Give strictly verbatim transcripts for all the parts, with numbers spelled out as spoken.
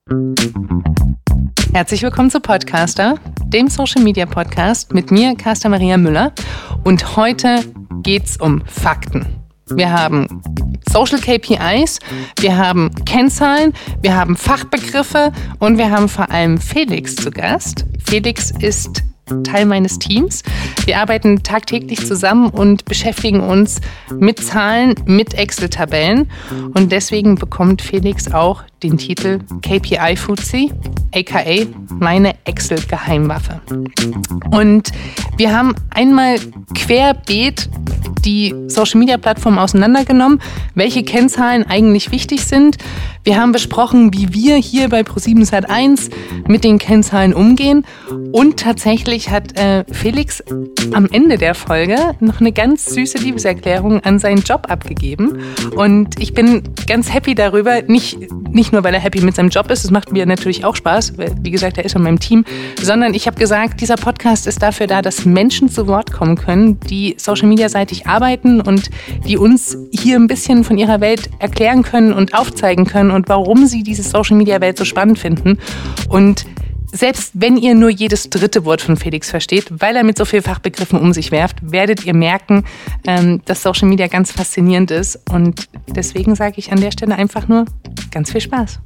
Herzlich willkommen zu Podcaster, dem Social Media Podcast mit mir, Carsta Maria Müller. Und heute geht's um Fakten. Wir haben Social K P Is, wir haben Kennzahlen, wir haben Fachbegriffe und wir haben vor allem Felix zu Gast. Felix ist Teil meines Teams. Wir arbeiten tagtäglich zusammen und beschäftigen uns mit Zahlen, mit Excel-Tabellen. Und deswegen bekommt Felix auch den Titel K P I-Fuzzi, aka meine Excel-Geheimwaffe. Und wir haben einmal querbeet die Social-Media-Plattformen auseinandergenommen, welche Kennzahlen eigentlich wichtig sind. Wir haben besprochen, wie wir hier bei ProSieben Sat eins mit den Kennzahlen umgehen. Und tatsächlich hat äh, Felix am Ende der Folge noch eine ganz süße Liebeserklärung an seinen Job abgegeben. Und ich bin ganz happy darüber, nicht, nicht nur, weil er happy mit seinem Job ist, das macht mir natürlich auch Spaß, weil, wie gesagt, er ist in meinem Team, sondern ich habe gesagt, dieser Podcast ist dafür da, dass Menschen zu Wort kommen können, die Social-Media-seitig arbeiten und die uns hier ein bisschen von ihrer Welt erklären können und aufzeigen können und warum sie diese Social-Media-Welt so spannend finden. Und selbst wenn ihr nur jedes dritte Wort von Felix versteht, weil er mit so vielen Fachbegriffen um sich werft, werdet ihr merken, ähm, dass Social Media ganz faszinierend ist. Und deswegen sage ich an der Stelle einfach nur ganz viel Spaß.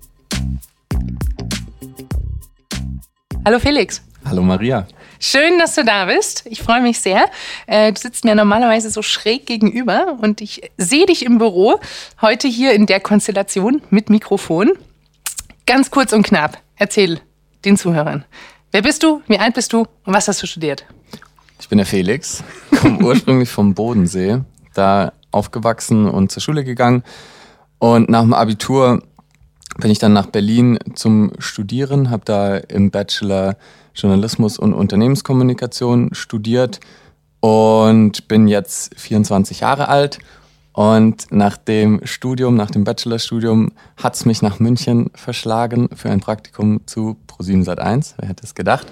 Hallo Felix. Hallo Maria. Schön, dass du da bist. Ich freue mich sehr. Du sitzt mir normalerweise so schräg gegenüber und ich sehe dich im Büro, heute hier in der Konstellation mit Mikrofon. Ganz kurz und knapp, erzähl den Zuhörern. Wer bist du, wie alt bist du und was hast du studiert? Ich bin der Felix, komme ursprünglich vom Bodensee, da aufgewachsen und zur Schule gegangen. Und nach dem Abitur bin ich dann nach Berlin zum Studieren, habe da im Bachelor Journalismus und Unternehmenskommunikation studiert und bin jetzt vierundzwanzig Jahre alt. Und nach dem Studium, nach dem Bachelorstudium, hat es mich nach München verschlagen für ein Praktikum zu ProSieben Sat eins. Wer hätte es gedacht?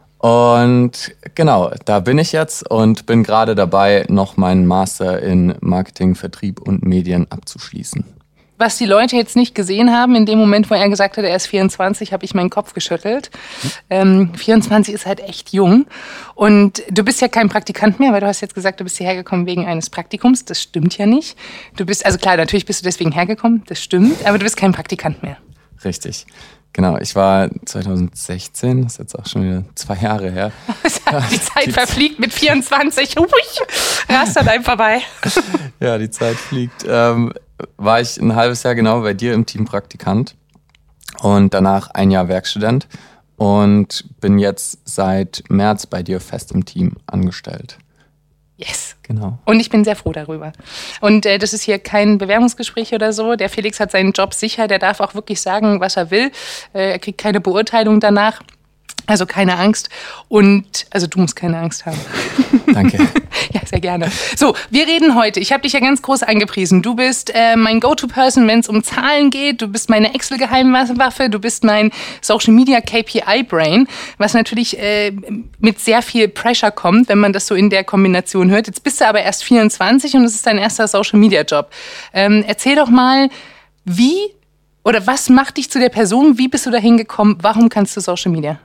Und genau, da bin ich jetzt und bin gerade dabei, noch meinen Master in Marketing, Vertrieb und Medien abzuschließen. Was die Leute jetzt nicht gesehen haben, in dem Moment, wo er gesagt hat, er ist vierundzwanzig, habe ich meinen Kopf geschüttelt. Ähm, vierundzwanzig ist halt echt jung. Und du bist ja kein Praktikant mehr, weil du hast jetzt gesagt, du bist hierher gekommen wegen eines Praktikums. Das stimmt ja nicht. Du bist, also klar, natürlich bist du deswegen hergekommen, das stimmt, aber du bist kein Praktikant mehr. Richtig. Genau, ich war zweitausendsechzehn, das ist jetzt auch schon wieder zwei Jahre her. Die Zeit die verfliegt mit vierundzwanzig. Rast an einem vorbei. Ja, die Zeit fliegt. Ähm, war ich ein halbes Jahr genau bei dir im Team Praktikant und danach ein Jahr Werkstudent und bin jetzt seit März bei dir fest im Team angestellt. Yes. Genau. Und ich bin sehr froh darüber. Und äh, das ist hier kein Bewerbungsgespräch oder so. Der Felix hat seinen Job sicher, der darf auch wirklich sagen, was er will. Äh, er kriegt keine Beurteilung danach. Also keine Angst. Und, also du musst keine Angst haben. Danke. Ja, sehr gerne. So, wir reden heute. Ich habe dich ja ganz groß angepriesen. Du bist äh, mein Go-To-Person, wenn es um Zahlen geht. Du bist meine Excel-Geheimwaffe. Du bist mein Social-Media-K P I-Brain, was natürlich äh, mit sehr viel Pressure kommt, wenn man das so in der Kombination hört. Jetzt bist du aber erst vierundzwanzig und es ist dein erster Social-Media-Job. Ähm, erzähl doch mal, wie oder was macht dich zu der Person? Wie bist du dahin gekommen? Warum kannst du Social Media?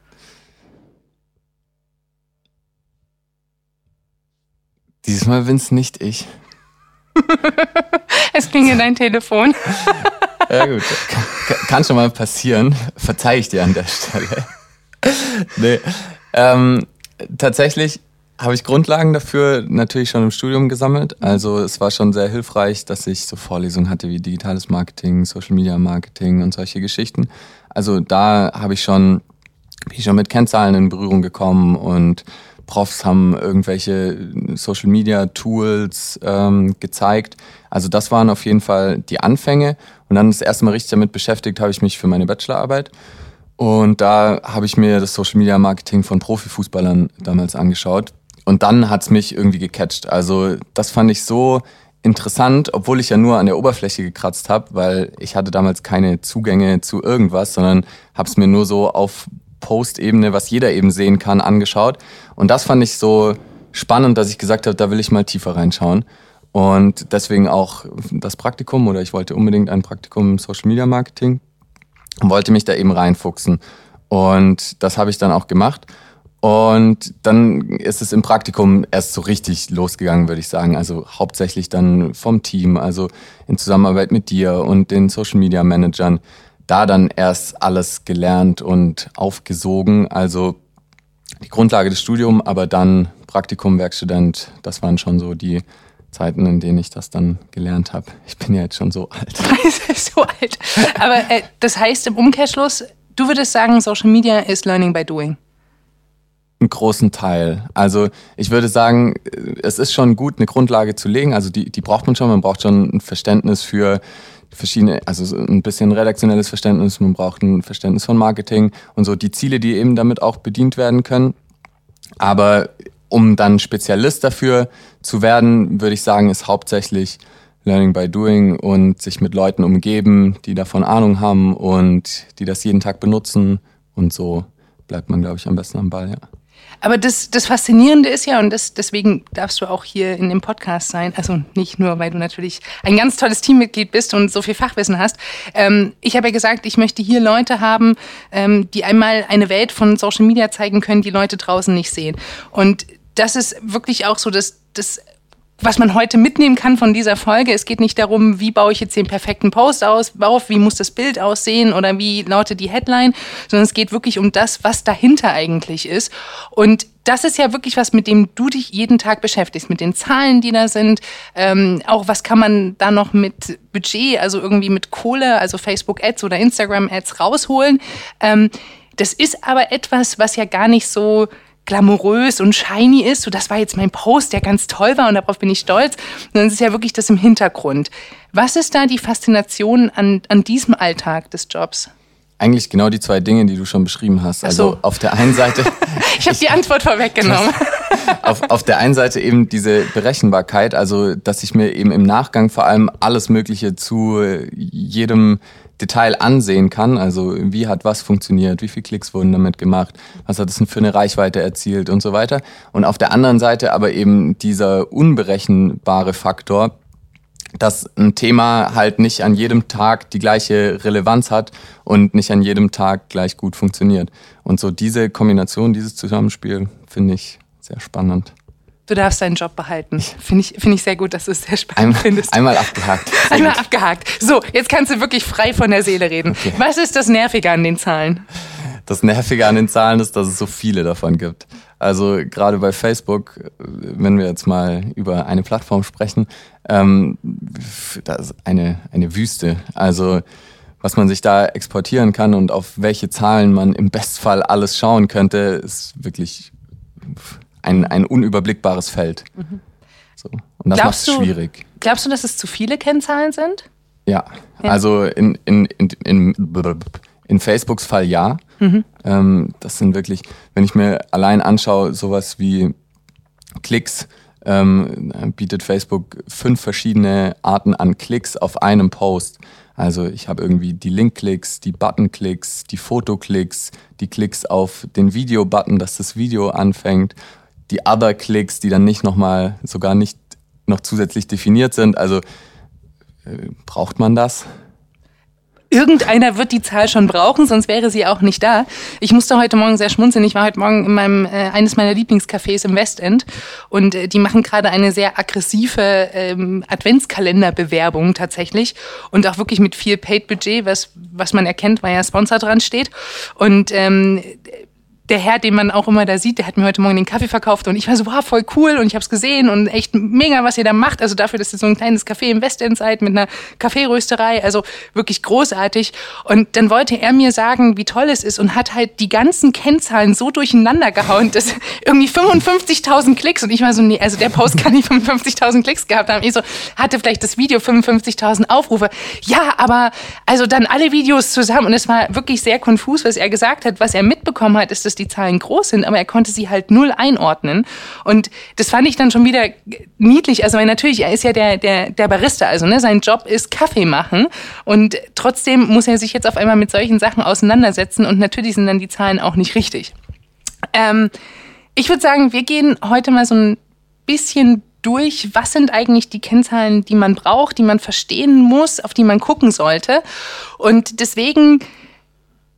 Dieses Mal bin's nicht ich. Es klingelt dein Telefon. Ja gut, kann, kann schon mal passieren. Verzeih ich dir an der Stelle. Nee, ähm, tatsächlich habe ich Grundlagen dafür natürlich schon im Studium gesammelt. Also es war schon sehr hilfreich, dass ich so Vorlesungen hatte wie digitales Marketing, Social Media Marketing und solche Geschichten. Also da habe ich schon, bin ich schon mit Kennzahlen in Berührung gekommen und Profs haben irgendwelche Social-Media-Tools ähm, gezeigt. Also das waren auf jeden Fall die Anfänge. Und dann das erste Mal richtig damit beschäftigt habe ich mich für meine Bachelorarbeit. Und da habe ich mir das Social-Media-Marketing von Profifußballern damals angeschaut. Und dann hat es mich irgendwie gecatcht. Also das fand ich so interessant, obwohl ich ja nur an der Oberfläche gekratzt habe, weil ich hatte damals keine Zugänge zu irgendwas, sondern habe es mir nur so auf Post-Ebene, was jeder eben sehen kann, angeschaut. Und das fand ich so spannend, dass ich gesagt habe, da will ich mal tiefer reinschauen. Und deswegen auch das Praktikum, oder ich wollte unbedingt ein Praktikum im Social Media Marketing. und wollte mich da eben reinfuchsen. Und das habe ich dann auch gemacht. Und dann ist es im Praktikum erst so richtig losgegangen, würde ich sagen. Also hauptsächlich dann vom Team, also in Zusammenarbeit mit dir und den Social Media Managern. Da dann erst alles gelernt und aufgesogen. Also die Grundlage des Studiums, aber dann Praktikum, Werkstudent, das waren schon so die Zeiten, in denen ich das dann gelernt habe. Ich bin ja jetzt schon so alt. so alt. Aber äh, das heißt im Umkehrschluss, du würdest sagen, Social Media ist Learning by Doing? Einen großen Teil. Also ich würde sagen, es ist schon gut, eine Grundlage zu legen. Also die, die braucht man schon. Man braucht schon ein Verständnis für verschiedene, also ein bisschen redaktionelles Verständnis. Man braucht ein Verständnis von Marketing und so die Ziele, die eben damit auch bedient werden können. Aber um dann Spezialist dafür zu werden, würde ich sagen, ist hauptsächlich Learning by Doing und sich mit Leuten umgeben, die davon Ahnung haben und die das jeden Tag benutzen. Und so bleibt man, glaube ich, am besten am Ball, ja. Aber das, das Faszinierende ist ja, und das, deswegen darfst du auch hier in dem Podcast sein, also nicht nur, weil du natürlich ein ganz tolles Teammitglied bist und so viel Fachwissen hast. Ähm, ich habe ja gesagt, ich möchte hier Leute haben, ähm, die einmal eine Welt von Social Media zeigen können, die Leute draußen nicht sehen. Und das ist wirklich auch so das, das was man heute mitnehmen kann von dieser Folge. Es geht nicht darum, wie baue ich jetzt den perfekten Post aus, auf, wie muss das Bild aussehen oder wie lautet die Headline, sondern es geht wirklich um das, was dahinter eigentlich ist. Und das ist ja wirklich was, mit dem du dich jeden Tag beschäftigst, mit den Zahlen, die da sind. Ähm, auch was kann man da noch mit Budget, also irgendwie mit Kohle, also Facebook-Ads oder Instagram-Ads rausholen. Ähm, das ist aber etwas, was ja gar nicht so glamourös und shiny ist, so das war jetzt mein Post, der ganz toll war und darauf bin ich stolz. Und dann ist es ja wirklich das im Hintergrund. Was ist da die Faszination an, an diesem Alltag des Jobs? Eigentlich genau die zwei Dinge, die du schon beschrieben hast. Also so. Auf der einen Seite... ich habe die Antwort vorweggenommen. auf, auf der einen Seite eben diese Berechenbarkeit, also dass ich mir eben im Nachgang vor allem alles Mögliche zu jedem Detail ansehen kann, also wie hat was funktioniert, wie viele Klicks wurden damit gemacht, was hat es denn für eine Reichweite erzielt und so weiter. Und auf der anderen Seite aber eben dieser unberechenbare Faktor, dass ein Thema halt nicht an jedem Tag die gleiche Relevanz hat und nicht an jedem Tag gleich gut funktioniert. Und so diese Kombination, dieses Zusammenspiel finde ich sehr spannend. Du darfst deinen Job behalten. Finde ich, find ich sehr gut, dass du es sehr spannend einmal, findest. Einmal abgehakt. Sehr einmal gut. abgehakt. So, jetzt kannst du wirklich frei von der Seele reden. Okay. Was ist das Nervige an den Zahlen? Das Nervige an den Zahlen ist, dass es so viele davon gibt. Also gerade bei Facebook, wenn wir jetzt mal über eine Plattform sprechen, ähm, das ist eine, eine Wüste. Also was man sich da exportieren kann und auf welche Zahlen man im Bestfall alles schauen könnte, ist wirklich ein, ein unüberblickbares Feld. Mhm. So. Und das macht es schwierig. Glaubst du, dass es zu viele Kennzahlen sind? Ja, ja. also in, in, in, in, in Facebooks Fall ja. Mhm. Ähm, das sind wirklich, wenn ich mir allein anschaue, sowas wie Klicks, ähm, bietet Facebook fünf verschiedene Arten an Klicks auf einem Post. Also ich habe irgendwie die Link-Klicks, die Button-Klicks, die Foto-Klicks, die Klicks auf den Video-Button, dass das Video anfängt, die Other-Klicks, die dann nicht nochmal, sogar nicht noch zusätzlich definiert sind. Also äh, braucht man das? Irgendeiner wird die Zahl schon brauchen, sonst wäre sie auch nicht da. Ich musste heute Morgen sehr schmunzeln. Ich war heute Morgen in meinem äh, eines meiner Lieblingscafés im Westend und äh, die machen gerade eine sehr aggressive ähm, Adventskalenderbewerbung tatsächlich und auch wirklich mit viel Paid-Budget, was was man erkennt, weil ja Sponsor dran steht. Und ähm, der Herr, den man auch immer da sieht, der hat mir heute Morgen den Kaffee verkauft und ich war so, wow, voll cool und ich habe es gesehen und echt mega, was ihr da macht. Also dafür, dass ihr so ein kleines Café im Westend seid mit einer Kaffeerösterei, also wirklich großartig. Und dann wollte er mir sagen, wie toll es ist und hat halt die ganzen Kennzahlen so durcheinander gehauen, dass irgendwie fünfundfünfzigtausend Klicks und ich war so, nee, also der Post kann nicht fünfundfünfzigtausend Klicks gehabt haben. Ich so, hatte vielleicht das Video fünfundfünfzigtausend Aufrufe. Ja, aber also dann alle Videos zusammen und es war wirklich sehr konfus, was er gesagt hat. Was er mitbekommen hat, ist, dass die Zahlen groß sind, aber er konnte sie halt null einordnen. Und das fand ich dann schon wieder niedlich. Also weil natürlich, er ist ja der, der, der Barista, also ne, sein Job ist Kaffee machen und trotzdem muss er sich jetzt auf einmal mit solchen Sachen auseinandersetzen und natürlich sind dann die Zahlen auch nicht richtig. Ähm, ich würde sagen, wir gehen heute mal so ein bisschen durch, was sind eigentlich die Kennzahlen, die man braucht, die man verstehen muss, auf die man gucken sollte. Und deswegen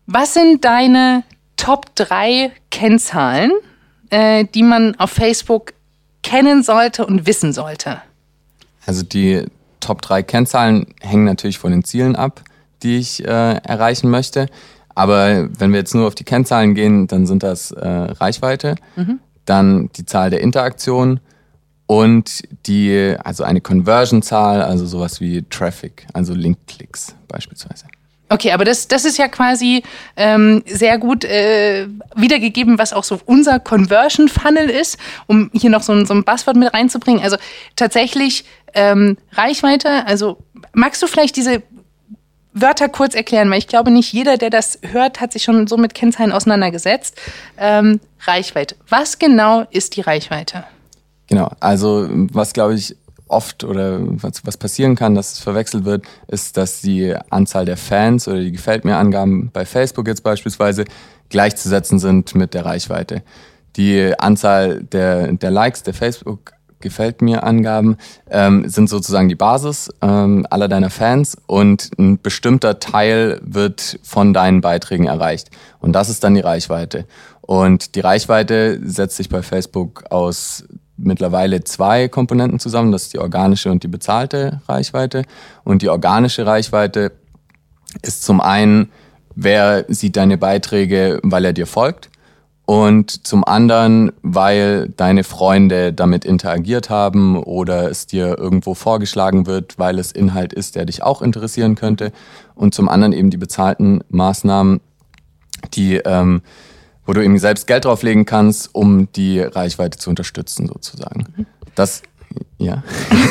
Was sind deine Top drei Kennzahlen, äh, die man auf Facebook kennen sollte und wissen sollte? Also die Top drei Kennzahlen hängen natürlich von den Zielen ab, die ich äh, erreichen möchte. Aber wenn wir jetzt nur auf die Kennzahlen gehen, dann sind das äh, Reichweite, mhm. dann die Zahl der Interaktionen und die, also eine Conversion-Zahl, also sowas wie Traffic, also Link-Klicks beispielsweise. Okay, aber das, das ist ja quasi ähm, sehr gut äh, wiedergegeben, was auch so unser Conversion-Funnel ist, um hier noch so ein, so ein Buzzword mit reinzubringen. Also tatsächlich ähm, Reichweite, also magst du vielleicht diese Wörter kurz erklären, weil ich glaube, nicht jeder, der das hört, hat sich schon so mit Kennzahlen auseinandergesetzt. Ähm, Reichweite. Was genau ist die Reichweite? Genau, also was glaube ich oft oder was, was passieren kann, dass es verwechselt wird, ist, dass die Anzahl der Fans oder die Gefällt-mir-Angaben bei Facebook jetzt beispielsweise gleichzusetzen sind mit der Reichweite. Die Anzahl der, der Likes, der Facebook-Gefällt-mir-Angaben ähm, sind sozusagen die Basis ähm, aller deiner Fans und ein bestimmter Teil wird von deinen Beiträgen erreicht. Und das ist dann die Reichweite. Und die Reichweite setzt sich bei Facebook aus mittlerweile zwei Komponenten zusammen. Das ist die organische und die bezahlte Reichweite. Und die organische Reichweite ist zum einen, wer sieht deine Beiträge, weil er dir folgt. Und zum anderen, weil deine Freunde damit interagiert haben oder es dir irgendwo vorgeschlagen wird, weil es Inhalt ist, der dich auch interessieren könnte. Und zum anderen eben die bezahlten Maßnahmen, die ähm, wo du eben selbst Geld drauflegen kannst, um die Reichweite zu unterstützen, sozusagen. Mhm. Das, ja.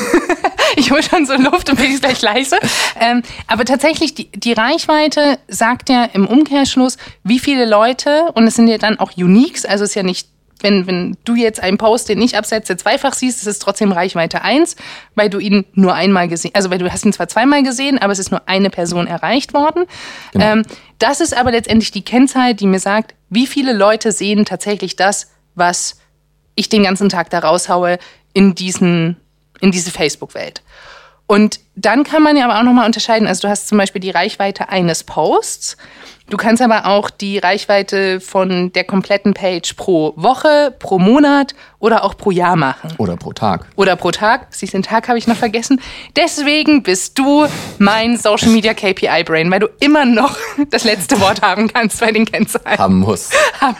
Ich hole schon so Luft und bin jetzt gleich leise. Ähm, aber tatsächlich, die, die Reichweite sagt ja im Umkehrschluss, wie viele Leute, und es sind ja dann auch Uniques, also es ist ja nicht, wenn, wenn du jetzt einen Post, den ich absetze, zweifach siehst, ist es trotzdem Reichweite eins, weil du ihn nur einmal gesehen, also weil du hast ihn zwar zweimal gesehen, aber es ist nur eine Person erreicht worden. Genau. Ähm, das ist aber letztendlich die Kennzahl, die mir sagt, wie viele Leute sehen tatsächlich das, was ich den ganzen Tag da raushaue in diesen, in diese Facebook-Welt. Und dann kann man ja aber auch nochmal unterscheiden, also du hast zum Beispiel die Reichweite eines Posts, du kannst aber auch die Reichweite von der kompletten Page pro Woche, pro Monat oder auch pro Jahr machen. Oder pro Tag. Oder pro Tag. Siehst du, den Tag habe ich noch vergessen. Deswegen bist du mein Social Media K P I Brain, weil du immer noch das letzte Wort haben kannst bei den Kennzahlen. Haben muss.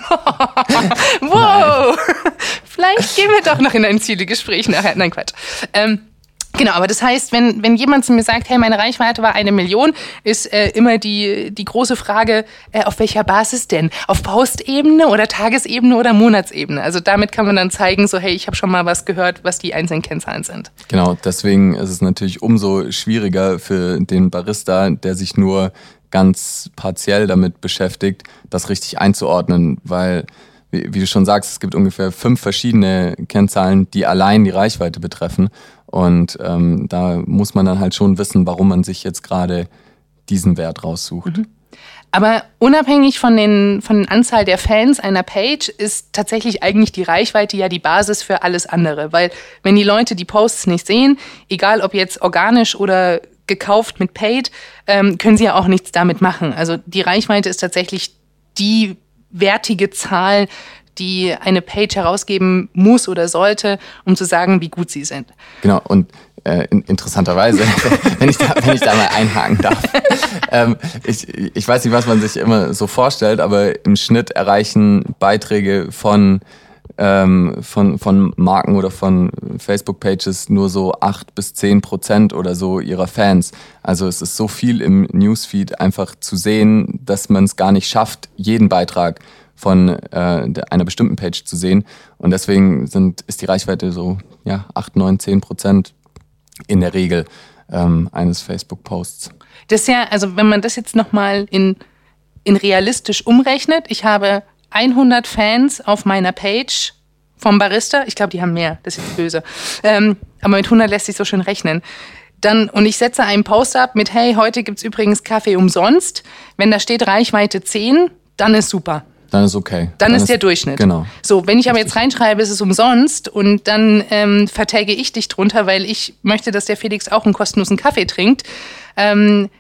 Wow. Vielleicht gehen wir doch noch in ein Zielgespräch nachher. Nein, Quatsch. Ähm, Genau, aber das heißt, wenn, wenn jemand zu mir sagt, hey, meine Reichweite war eine Million, ist äh, immer die, die große Frage, äh, auf welcher Basis denn? Auf Postebene oder Tagesebene oder Monatsebene? Also damit kann man dann zeigen, so hey, ich habe schon mal was gehört, was die einzelnen Kennzahlen sind. Genau, deswegen ist es natürlich umso schwieriger für den Barista, der sich nur ganz partiell damit beschäftigt, das richtig einzuordnen, weil wie, wie du schon sagst, es gibt ungefähr fünf verschiedene Kennzahlen, die allein die Reichweite betreffen. Und ähm, da muss man dann halt schon wissen, warum man sich jetzt gerade diesen Wert raussucht. Mhm. Aber unabhängig von den von der Anzahl der Fans einer Page ist tatsächlich eigentlich die Reichweite ja die Basis für alles andere. Weil wenn die Leute die Posts nicht sehen, egal ob jetzt organisch oder gekauft mit Paid, ähm, können sie ja auch nichts damit machen. Also die Reichweite ist tatsächlich die wertige Zahl, die eine Page herausgeben muss oder sollte, um zu sagen, wie gut sie sind. Genau, und äh, in, interessanterweise, wenn, ich da, wenn ich da mal einhaken darf, ähm, ich, ich weiß nicht, was man sich immer so vorstellt, aber im Schnitt erreichen Beiträge von, ähm, von, von Marken oder von Facebook-Pages nur so acht bis zehn Prozent oder so ihrer Fans. Also es ist so viel im Newsfeed einfach zu sehen, dass man es gar nicht schafft, jeden Beitrag von äh, einer bestimmten Page zu sehen. Und deswegen sind, ist die Reichweite so ja, acht, neun, zehn Prozent in der Regel ähm, eines Facebook-Posts. Das ist ja, also wenn man das jetzt nochmal in, in realistisch umrechnet, ich habe hundert Fans auf meiner Page vom Barista, ich glaube, die haben mehr, das ist jetzt böse, ähm, aber mit hundert lässt sich so schön rechnen. Dann, und ich setze einen Post ab mit, hey, heute gibt's übrigens Kaffee umsonst. Wenn da steht Reichweite zehn, dann ist super. Dann ist okay. Dann, dann ist der Durchschnitt. Genau. So, wenn ich aber jetzt reinschreibe, es ist umsonst und dann ähm, vertagge ich dich drunter, weil ich möchte, dass der Felix auch einen kostenlosen Kaffee trinkt, ähm,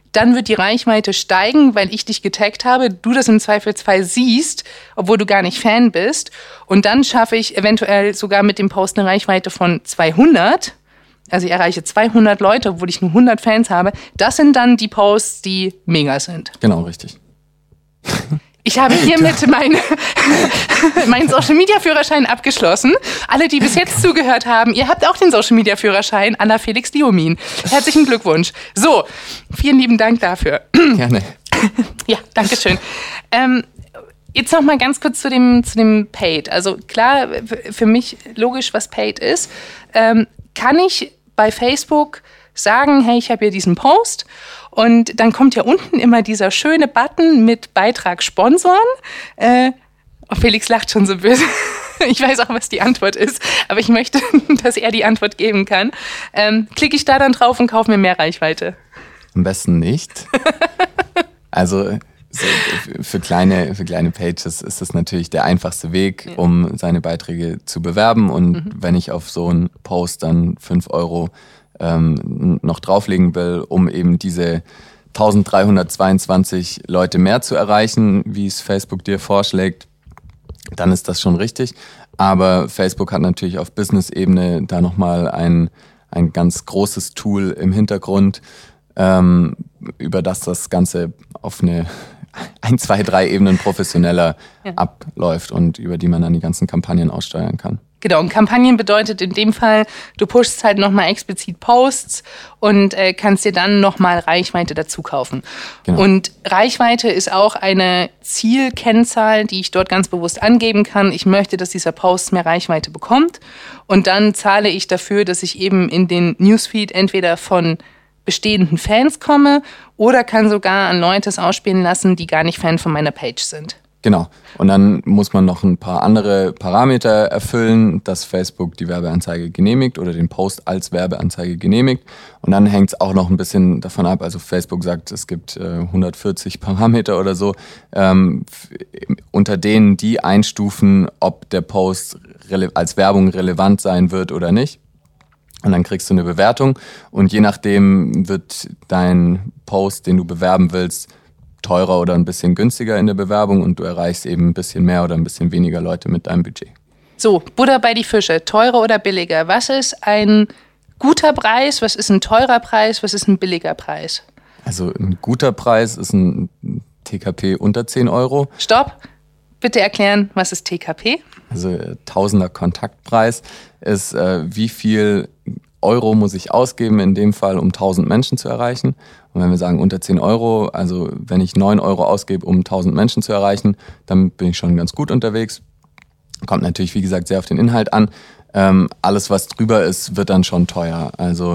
dann wird die Reichweite steigen, weil ich dich getaggt habe, du das im Zweifelsfall siehst, obwohl du gar nicht Fan bist. Und dann schaffe ich eventuell sogar mit dem Post eine Reichweite von zweihundert. Also ich erreiche zweihundert Leute, obwohl ich nur hundert Fans habe. Das sind dann die Posts, die mega sind. Genau, richtig. Ich habe hiermit meinen mein Social-Media-Führerschein abgeschlossen. Alle, die bis jetzt zugehört haben, ihr habt auch den Social-Media-Führerschein, Anna Felix Diomin. Herzlichen Glückwunsch. So, vielen lieben Dank dafür. Gerne. Ja, danke schön. Ähm, jetzt noch mal ganz kurz zu dem, zu dem Paid. Also klar, für mich logisch, was Paid ist. Ähm, kann ich bei Facebook sagen, hey, ich habe hier diesen Post und dann kommt ja unten immer dieser schöne Button mit Beitrag sponsoren. Äh, oh, Felix lacht schon so böse. Ich weiß auch, was die Antwort ist, aber ich möchte, dass er die Antwort geben kann. Ähm, klicke ich da dann drauf und kaufe mir mehr Reichweite? Am besten nicht. Also so, für kleine, für kleine Pages ist das natürlich der einfachste Weg, ja, um seine Beiträge zu bewerben. Und mhm. wenn ich auf so einen Post dann fünf Euro ähm, noch drauflegen will, um eben diese eintausenddreihundertzweiundzwanzig Leute mehr zu erreichen, wie es Facebook dir vorschlägt, dann ist das schon richtig. Aber Facebook hat natürlich auf Business-Ebene da nochmal ein, ein ganz großes Tool im Hintergrund, ähm, über das das Ganze auf eine ein, zwei, drei Ebenen professioneller ja. abläuft und über die man dann die ganzen Kampagnen aussteuern kann. Genau, und Kampagnen bedeutet in dem Fall, du pushst halt nochmal explizit Posts und äh, kannst dir dann nochmal Reichweite dazu kaufen. Genau. Und Reichweite ist auch eine Zielkennzahl, die ich dort ganz bewusst angeben kann. Ich möchte, dass dieser Post mehr Reichweite bekommt und dann zahle ich dafür, dass ich eben in den Newsfeed entweder von bestehenden Fans komme oder kann sogar an Leute es ausspielen lassen, die gar nicht Fan von meiner Page sind. Genau. Und dann muss man noch ein paar andere Parameter erfüllen, dass Facebook die Werbeanzeige genehmigt oder den Post als Werbeanzeige genehmigt. Und dann hängt es auch noch ein bisschen davon ab, also Facebook sagt, es gibt äh, hundertvierzig Parameter oder so, ähm, f- unter denen die einstufen, ob der Post rele- als Werbung relevant sein wird oder nicht. Und dann kriegst du eine Bewertung und je nachdem wird dein Post, den du bewerben willst, teurer oder ein bisschen günstiger in der Bewerbung und du erreichst eben ein bisschen mehr oder ein bisschen weniger Leute mit deinem Budget. So, Butter bei die Fische, teurer oder billiger? Was ist ein guter Preis, was ist ein teurer Preis, was ist ein billiger Preis? Also ein guter Preis ist ein T K P unter zehn Euro. Stopp, bitte erklären, was ist T K P? Also Tausender Kontaktpreis ist, äh, wie viel Euro muss ich ausgeben, in dem Fall, um tausend Menschen zu erreichen. Und wenn wir sagen unter zehn Euro, also wenn ich neun Euro ausgebe, um tausend Menschen zu erreichen, dann bin ich schon ganz gut unterwegs. Kommt natürlich, wie gesagt, sehr auf den Inhalt an. Ähm, alles, was drüber ist, wird dann schon teuer. Also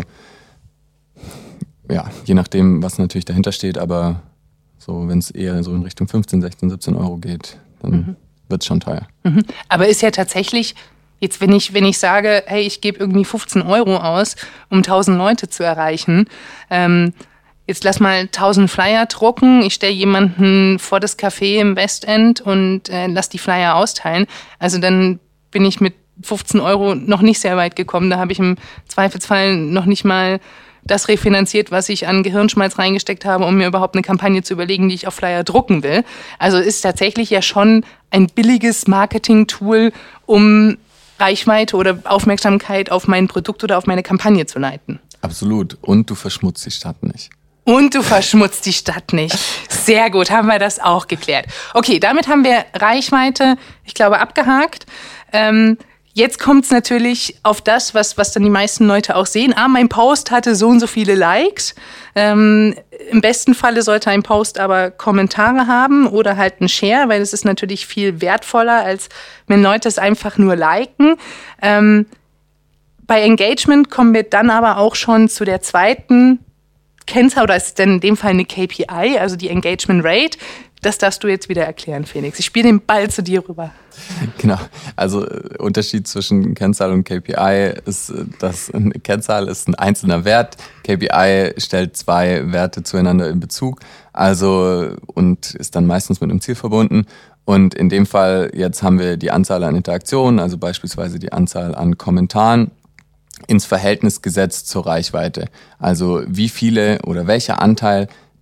ja, je nachdem, was natürlich dahinter steht, aber so, wenn es eher so in Richtung fünfzehn, sechzehn, siebzehn Euro geht, dann mhm. wird es schon teuer. Mhm. Aber ist ja tatsächlich... Jetzt, wenn ich, wenn ich sage, hey, ich gebe irgendwie fünfzehn Euro aus, um tausend Leute zu erreichen, ähm, jetzt lass mal tausend Flyer drucken, ich stelle jemanden vor das Café im Westend und äh, lass die Flyer austeilen. Also dann bin ich mit fünfzehn Euro noch nicht sehr weit gekommen. Da habe ich im Zweifelsfall noch nicht mal das refinanziert, was ich an Gehirnschmalz reingesteckt habe, um mir überhaupt eine Kampagne zu überlegen, die ich auf Flyer drucken will. Also ist tatsächlich ja schon ein billiges Marketing-Tool, um Reichweite oder Aufmerksamkeit auf mein Produkt oder auf meine Kampagne zu leiten. Absolut. Und du verschmutzt die Stadt nicht. Und du verschmutzt die Stadt nicht. Sehr gut, haben wir das auch geklärt. Okay, damit haben wir Reichweite, ich glaube, abgehakt. Ähm, jetzt kommt es natürlich auf das, was, was dann die meisten Leute auch sehen. Ah, mein Post hatte so und so viele Likes. Ähm, im besten Falle sollte ein Post aber Kommentare haben oder halt ein Share, weil es ist natürlich viel wertvoller, als wenn Leute es einfach nur liken. Ähm, bei Engagement kommen wir dann aber auch schon zu der zweiten Kennzahl, oder ist es denn in dem Fall eine K P I, also die Engagement Rate. Das darfst du jetzt wieder erklären, Felix. Ich spiele den Ball zu dir rüber. Genau, also äh, Unterschied zwischen Kennzahl und K P I ist, dass eine Kennzahl ist ein einzelner Wert. K P I stellt zwei Werte zueinander in Bezug, also und ist dann meistens mit einem Ziel verbunden. Und in dem Fall jetzt haben wir die Anzahl an Interaktionen, also beispielsweise die Anzahl an Kommentaren, ins Verhältnis gesetzt zur Reichweite. Also wie viele oder welcher Anteil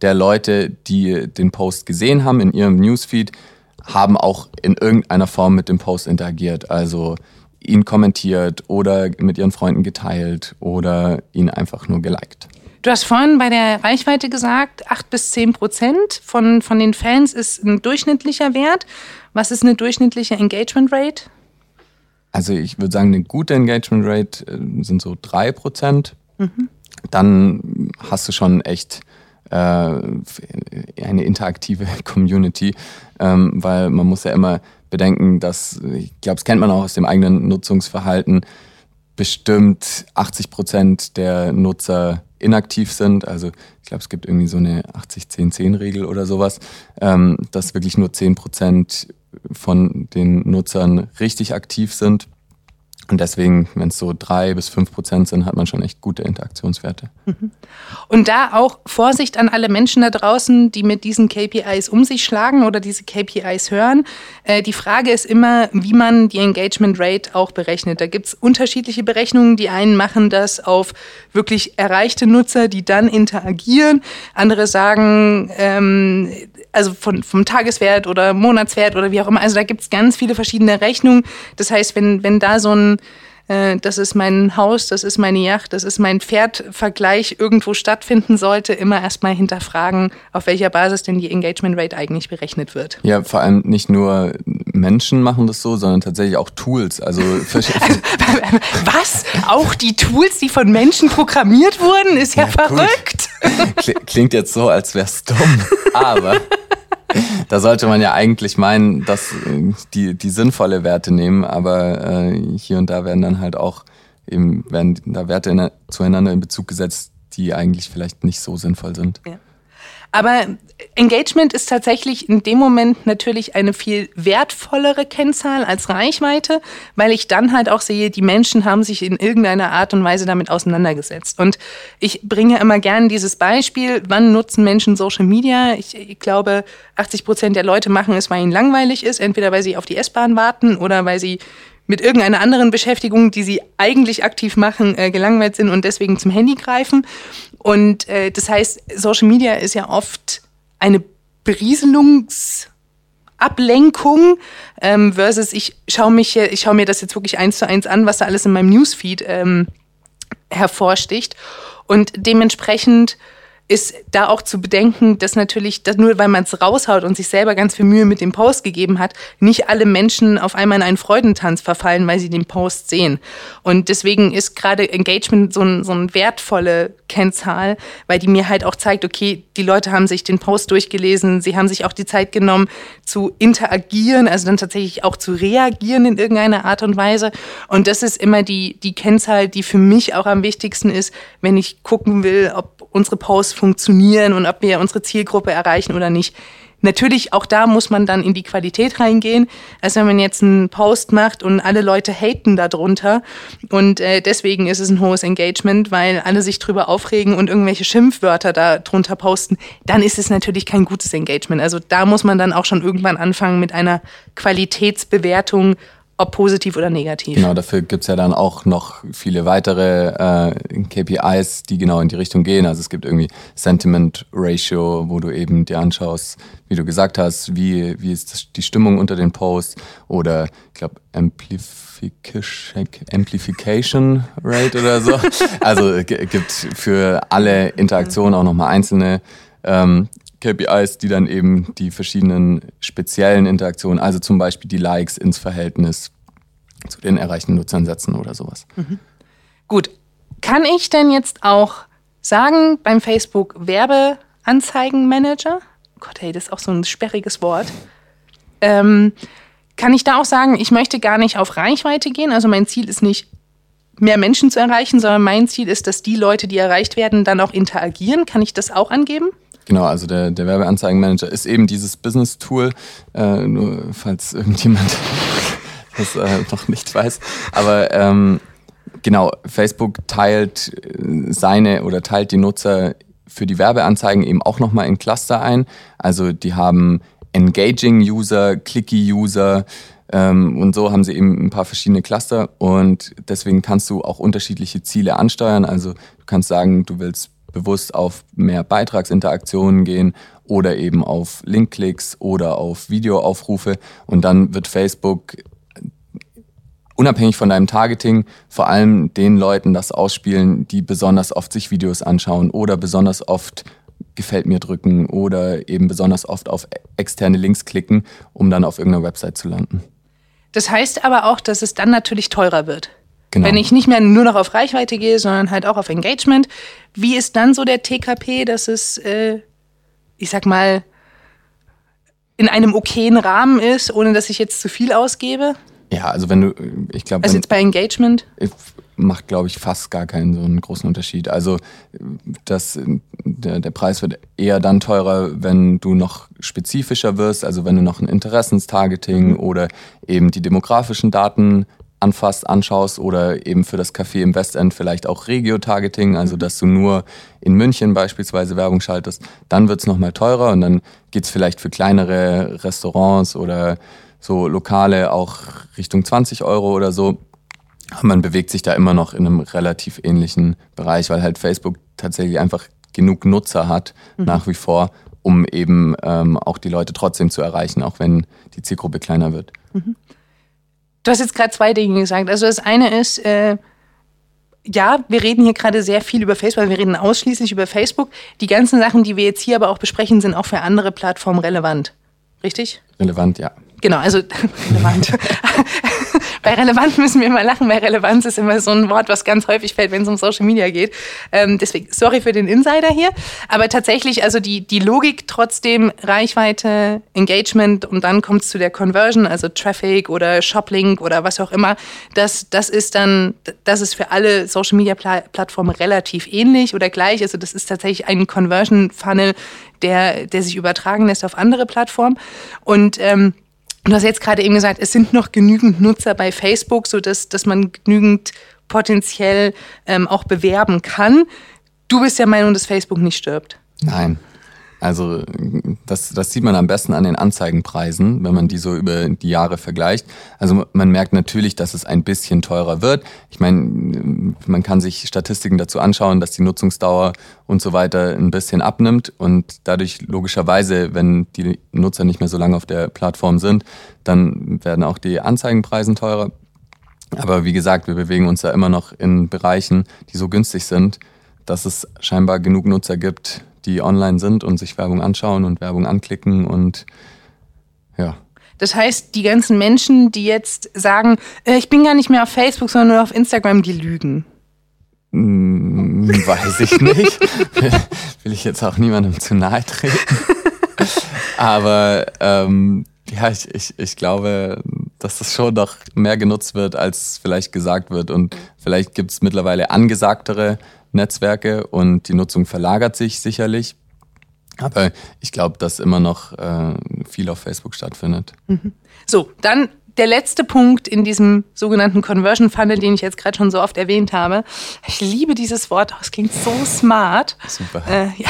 der Leute, die den Post gesehen haben in ihrem Newsfeed, haben auch in irgendeiner Form mit dem Post interagiert. Also ihn kommentiert oder mit ihren Freunden geteilt oder ihn einfach nur geliked. Du hast vorhin bei der Reichweite gesagt, acht bis zehn Prozent von, von den Fans ist ein durchschnittlicher Wert. Was ist eine durchschnittliche Engagement Rate? Also ich würde sagen, eine gute Engagement Rate sind so drei Prozent. Mhm. Dann hast du schon echt äh, eine interaktive Community, ähm, weil man muss ja immer bedenken, dass, ich glaube, das kennt man auch aus dem eigenen Nutzungsverhalten, bestimmt achtzig Prozent der Nutzer inaktiv sind. Also ich glaube, es gibt irgendwie so eine achtzig zehn zehn Regel oder sowas, ähm, dass wirklich nur zehn Prozent von den Nutzern richtig aktiv sind. Und deswegen, wenn es so drei bis fünf Prozent sind, hat man schon echt gute Interaktionswerte. Und da auch Vorsicht an alle Menschen da draußen, die mit diesen K P Is um sich schlagen oder diese K P Is hören. Äh, die Frage ist immer, wie man die Engagement Rate auch berechnet. Da gibt es unterschiedliche Berechnungen. Die einen machen das auf wirklich erreichte Nutzer, die dann interagieren. Andere sagen, ähm, also von, vom Tageswert oder Monatswert oder wie auch immer. Also da gibt es ganz viele verschiedene Rechnungen. Das heißt, wenn, wenn da so ein äh, das ist mein Haus, das ist meine Yacht, das ist mein Pferd-Vergleich irgendwo stattfinden sollte, immer erstmal hinterfragen, auf welcher Basis denn die Engagement Rate eigentlich berechnet wird. Ja, vor allem nicht nur Menschen machen das so, sondern tatsächlich auch Tools. Also, also was? Auch die Tools, die von Menschen programmiert wurden? Ist ja, ja verrückt. Klingt jetzt so, als wäre es dumm, aber da sollte man ja eigentlich meinen, dass die, die sinnvolle Werte nehmen, aber äh, hier und da werden dann halt auch eben werden da Werte in, zueinander in Bezug gesetzt, die eigentlich vielleicht nicht so sinnvoll sind. Ja. Aber Engagement ist tatsächlich in dem Moment natürlich eine viel wertvollere Kennzahl als Reichweite, weil ich dann halt auch sehe, die Menschen haben sich in irgendeiner Art und Weise damit auseinandergesetzt. Und ich bringe immer gerne dieses Beispiel, wann nutzen Menschen Social Media? Ich, ich glaube, achtzig Prozent der Leute machen es, weil ihnen langweilig ist, entweder weil sie auf die S-Bahn warten oder weil sie mit irgendeiner anderen Beschäftigung, die sie eigentlich aktiv machen, äh, gelangweilt sind und deswegen zum Handy greifen. Und äh, das heißt, Social Media ist ja oft eine Berieselungsablenkung ähm, versus ich schaue mich, ich schaue mir das jetzt wirklich eins zu eins an, was da alles in meinem Newsfeed ähm, hervorsticht. Und dementsprechend ist da auch zu bedenken, dass natürlich, dass nur weil man es raushaut und sich selber ganz viel Mühe mit dem Post gegeben hat, nicht alle Menschen auf einmal in einen Freudentanz verfallen, weil sie den Post sehen. Und deswegen ist gerade Engagement so ein, so eine wertvolle Kennzahl, weil die mir halt auch zeigt, okay, die Leute haben sich den Post durchgelesen, sie haben sich auch die Zeit genommen zu interagieren, also dann tatsächlich auch zu reagieren in irgendeiner Art und Weise. Und das ist immer die, die Kennzahl, die für mich auch am wichtigsten ist, wenn ich gucken will, ob unsere Posts funktionieren und ob wir unsere Zielgruppe erreichen oder nicht. Natürlich, auch da muss man dann in die Qualität reingehen. Also wenn man jetzt einen Post macht und alle Leute haten darunter und äh, deswegen ist es ein hohes Engagement, weil alle sich drüber aufregen und irgendwelche Schimpfwörter da drunter posten, dann ist es natürlich kein gutes Engagement. Also da muss man dann auch schon irgendwann anfangen mit einer Qualitätsbewertung, ob positiv oder negativ. Genau, dafür gibt's ja dann auch noch viele weitere äh, K P Is, die genau in die Richtung gehen. Also es gibt irgendwie Sentiment Ratio, wo du eben dir anschaust, wie du gesagt hast, wie, wie ist das, die Stimmung unter den Posts oder ich glaube Amplification, Amplification Rate oder so. Also g- gibt für alle Interaktionen auch nochmal einzelne ähm, K P Is, die dann eben die verschiedenen speziellen Interaktionen, also zum Beispiel die Likes ins Verhältnis zu den erreichten Nutzern setzen oder sowas. Mhm. Gut, kann ich denn jetzt auch sagen, beim Facebook Werbeanzeigenmanager, Gott, hey, das ist auch so ein sperriges Wort, ähm, kann ich da auch sagen, ich möchte gar nicht auf Reichweite gehen, also mein Ziel ist nicht, mehr Menschen zu erreichen, sondern mein Ziel ist, dass die Leute, die erreicht werden, dann auch interagieren. Kann ich das auch angeben? Genau, also der, der Werbeanzeigenmanager ist eben dieses Business-Tool, äh, nur falls irgendjemand das äh, noch nicht weiß. Aber ähm, genau, Facebook teilt seine oder teilt die Nutzer für die Werbeanzeigen eben auch nochmal in Cluster ein. Also die haben Engaging-User, Clicky-User ähm, und so haben sie eben ein paar verschiedene Cluster und deswegen kannst du auch unterschiedliche Ziele ansteuern. Also du kannst sagen, du willst bewusst auf mehr Beitragsinteraktionen gehen oder eben auf Linkklicks oder auf Videoaufrufe. Und dann wird Facebook unabhängig von deinem Targeting vor allem den Leuten das ausspielen, die besonders oft sich Videos anschauen oder besonders oft gefällt mir drücken oder eben besonders oft auf externe Links klicken, um dann auf irgendeiner Website zu landen. Das heißt aber auch, dass es dann natürlich teurer wird. Genau. Wenn ich nicht mehr nur noch auf Reichweite gehe, sondern halt auch auf Engagement. Wie ist dann so der T K P, dass es, äh, ich sag mal, in einem okayen Rahmen ist, ohne dass ich jetzt zu viel ausgebe? Ja, also wenn du, ich glaube... Also jetzt bei Engagement? Macht, glaube ich, fast gar keinen so einen großen Unterschied. Also das, der, der Preis wird eher dann teurer, wenn du noch spezifischer wirst, also wenn du noch ein Interessenstargeting oder eben die demografischen Daten anfasst, anschaust oder eben für das Café im Westend vielleicht auch Regio-Targeting, also dass du nur in München beispielsweise Werbung schaltest, dann wird es nochmal teurer und dann geht es vielleicht für kleinere Restaurants oder so Lokale auch Richtung zwanzig Euro oder so. Aber man bewegt sich da immer noch in einem relativ ähnlichen Bereich, weil halt Facebook tatsächlich einfach genug Nutzer hat, mhm. nach wie vor, um eben ähm, auch die Leute trotzdem zu erreichen, auch wenn die Zielgruppe kleiner wird. Mhm. Du hast jetzt gerade zwei Dinge gesagt. Also das eine ist, äh, ja, wir reden hier gerade sehr viel über Facebook, wir reden ausschließlich über Facebook. Die ganzen Sachen, die wir jetzt hier aber auch besprechen, sind auch für andere Plattformen relevant. Richtig? Relevant, ja. Genau, also relevant. Bei relevant müssen wir immer lachen, weil Relevanz ist immer so ein Wort, was ganz häufig fällt, wenn es um Social Media geht. Ähm, deswegen, sorry für den Insider hier. Aber tatsächlich, also die, die Logik trotzdem, Reichweite, Engagement und dann kommt es zu der Conversion, also Traffic oder Shoplink oder was auch immer. Das, das ist dann, das ist für alle Social Media Plattformen relativ ähnlich oder gleich. Also das ist tatsächlich ein Conversion Funnel, der, der sich übertragen lässt auf andere Plattformen. Und ähm, du hast jetzt gerade eben gesagt, es sind noch genügend Nutzer bei Facebook, sodass dass man genügend potenziell ähm, auch bewerben kann. Du bist der Meinung, dass Facebook nicht stirbt? Nein. Also das, das sieht man am besten an den Anzeigenpreisen, wenn man die so über die Jahre vergleicht. Also man merkt natürlich, dass es ein bisschen teurer wird. Ich meine, man kann sich Statistiken dazu anschauen, dass die Nutzungsdauer und so weiter ein bisschen abnimmt und dadurch logischerweise, wenn die Nutzer nicht mehr so lange auf der Plattform sind, dann werden auch die Anzeigenpreise teurer. Aber wie gesagt, wir bewegen uns ja immer noch in Bereichen, die so günstig sind, dass es scheinbar genug Nutzer gibt, die online sind und sich Werbung anschauen und Werbung anklicken und ja. Das heißt, die ganzen Menschen, die jetzt sagen, äh, ich bin gar nicht mehr auf Facebook, sondern nur auf Instagram, die lügen. Hm, weiß ich nicht. Will ich jetzt auch niemandem zu nahe treten. Aber ähm, ja, ich, ich, ich glaube, dass das schon noch mehr genutzt wird, als vielleicht gesagt wird. Und vielleicht gibt es mittlerweile angesagtere Netzwerke und die Nutzung verlagert sich sicherlich. Aber ich glaube, dass immer noch äh, viel auf Facebook stattfindet. Mhm. So, dann der letzte Punkt in diesem sogenannten Conversion Funnel, den ich jetzt gerade schon so oft erwähnt habe. Ich liebe dieses Wort, es klingt so smart. Super. Äh, ja.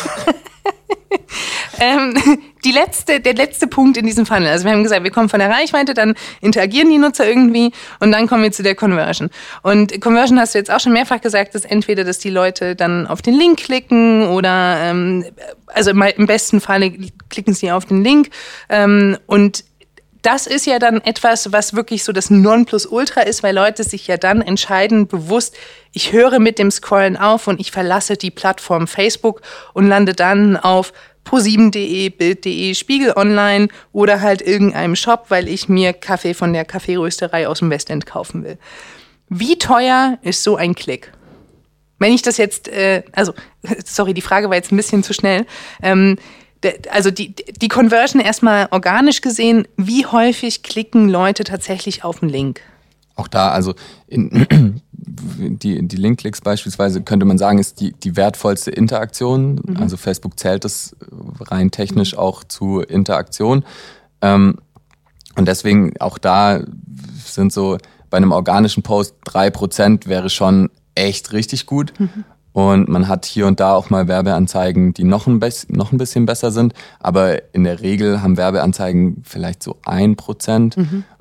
ähm, die letzte, der letzte Punkt in diesem Funnel. Also wir haben gesagt, wir kommen von der Reichweite, dann interagieren die Nutzer irgendwie und dann kommen wir zu der Conversion. Und Conversion hast du jetzt auch schon mehrfach gesagt, ist entweder, dass die Leute dann auf den Link klicken oder ähm, also im besten Falle klicken sie auf den Link ähm, und das ist ja dann etwas, was wirklich so das Nonplusultra ist, weil Leute sich ja dann entscheiden, bewusst, ich höre mit dem Scrollen auf und ich verlasse die Plattform Facebook und lande dann auf pro sieben punkt de, bild punkt de, Spiegel Online oder halt irgendeinem Shop, weil ich mir Kaffee von der Kaffeerösterei aus dem Westend kaufen will. Wie teuer ist so ein Klick? Wenn ich das jetzt, äh, also, sorry, die Frage war jetzt ein bisschen zu schnell, ähm, also die, die Conversion erstmal organisch gesehen, wie häufig klicken Leute tatsächlich auf den Link? Auch da, also in, die, die Link-Klicks beispielsweise könnte man sagen, ist die, die wertvollste Interaktion. Mhm. Also Facebook zählt das rein technisch auch zu Interaktion. Ähm, und deswegen auch da sind so bei einem organischen Post drei Prozent wäre schon echt richtig gut. Mhm. Und man hat hier und da auch mal Werbeanzeigen, die noch ein, be- noch ein bisschen besser sind. Aber in der Regel haben Werbeanzeigen vielleicht so ein Prozent. Mhm.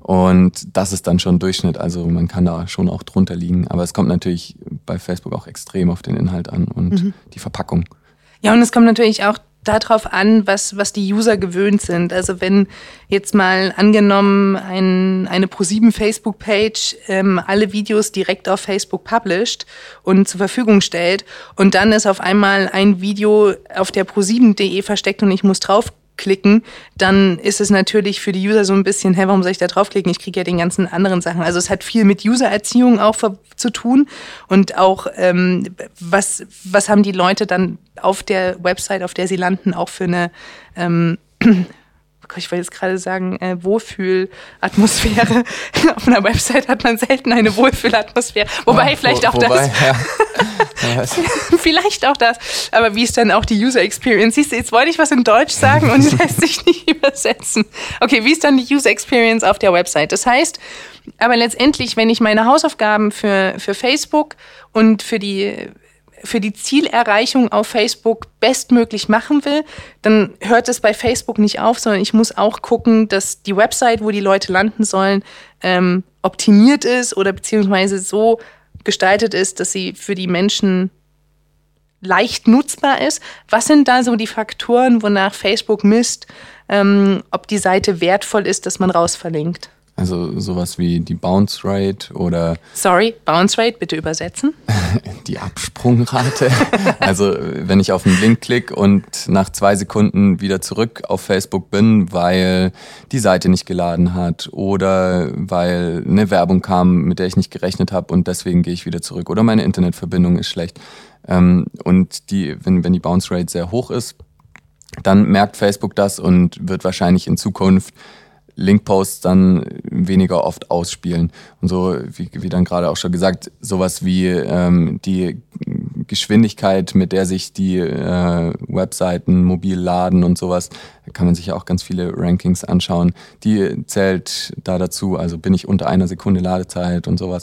Und das ist dann schon Durchschnitt, also man kann da schon auch drunter liegen. Aber es kommt natürlich bei Facebook auch extrem auf den Inhalt an und mhm. die Verpackung. Ja, und es kommt natürlich auch darauf an, was, was die User gewöhnt sind. Also wenn jetzt mal angenommen ein, eine ProSieben Facebook-Page ähm, alle Videos direkt auf Facebook published und zur Verfügung stellt und dann ist auf einmal ein Video auf der ProSieben punkt de versteckt und ich muss draufklicken, dann ist es natürlich für die User so ein bisschen, hä, warum soll ich da draufklicken? Ich kriege ja den ganzen anderen Sachen. Also es hat viel mit User-Erziehung auch zu tun und auch, ähm, was, was haben die Leute dann auf der Website, auf der sie landen, auch für eine, ähm, ich wollte jetzt gerade sagen, äh, Wohlfühlatmosphäre. Auf einer Website hat man selten eine Wohlfühlatmosphäre. Wobei, oh, vielleicht auch wobei, das. Ja. Vielleicht auch das. Aber wie ist dann auch die User Experience? Siehst du, jetzt wollte ich was in Deutsch sagen und es lässt sich nicht übersetzen. Okay, wie ist dann die User Experience auf der Website? Das heißt, aber letztendlich, wenn ich meine Hausaufgaben für, für Facebook und für die für die Zielerreichung auf Facebook bestmöglich machen will, dann hört es bei Facebook nicht auf, sondern ich muss auch gucken, dass die Website, wo die Leute landen sollen, ähm, optimiert ist oder beziehungsweise so gestaltet ist, dass sie für die Menschen leicht nutzbar ist. Was sind da so die Faktoren, wonach Facebook misst, ähm, ob die Seite wertvoll ist, dass man rausverlinkt? Also sowas wie die Bounce Rate oder... Sorry, Bounce Rate, bitte übersetzen. Die Absprungrate. Also wenn ich auf einen Link klicke und nach zwei Sekunden wieder zurück auf Facebook bin, weil die Seite nicht geladen hat oder weil eine Werbung kam, mit der ich nicht gerechnet habe und deswegen gehe ich wieder zurück oder meine Internetverbindung ist schlecht. Und die, wenn, wenn die Bounce Rate sehr hoch ist, dann merkt Facebook das und wird wahrscheinlich in Zukunft Linkposts dann weniger oft ausspielen. Und so, wie, wie dann gerade auch schon gesagt, sowas wie ähm, die Geschwindigkeit, mit der sich die äh, Webseiten mobil laden und sowas, da kann man sich ja auch ganz viele Rankings anschauen. Die zählt da dazu, also bin ich unter einer Sekunde Ladezeit und sowas.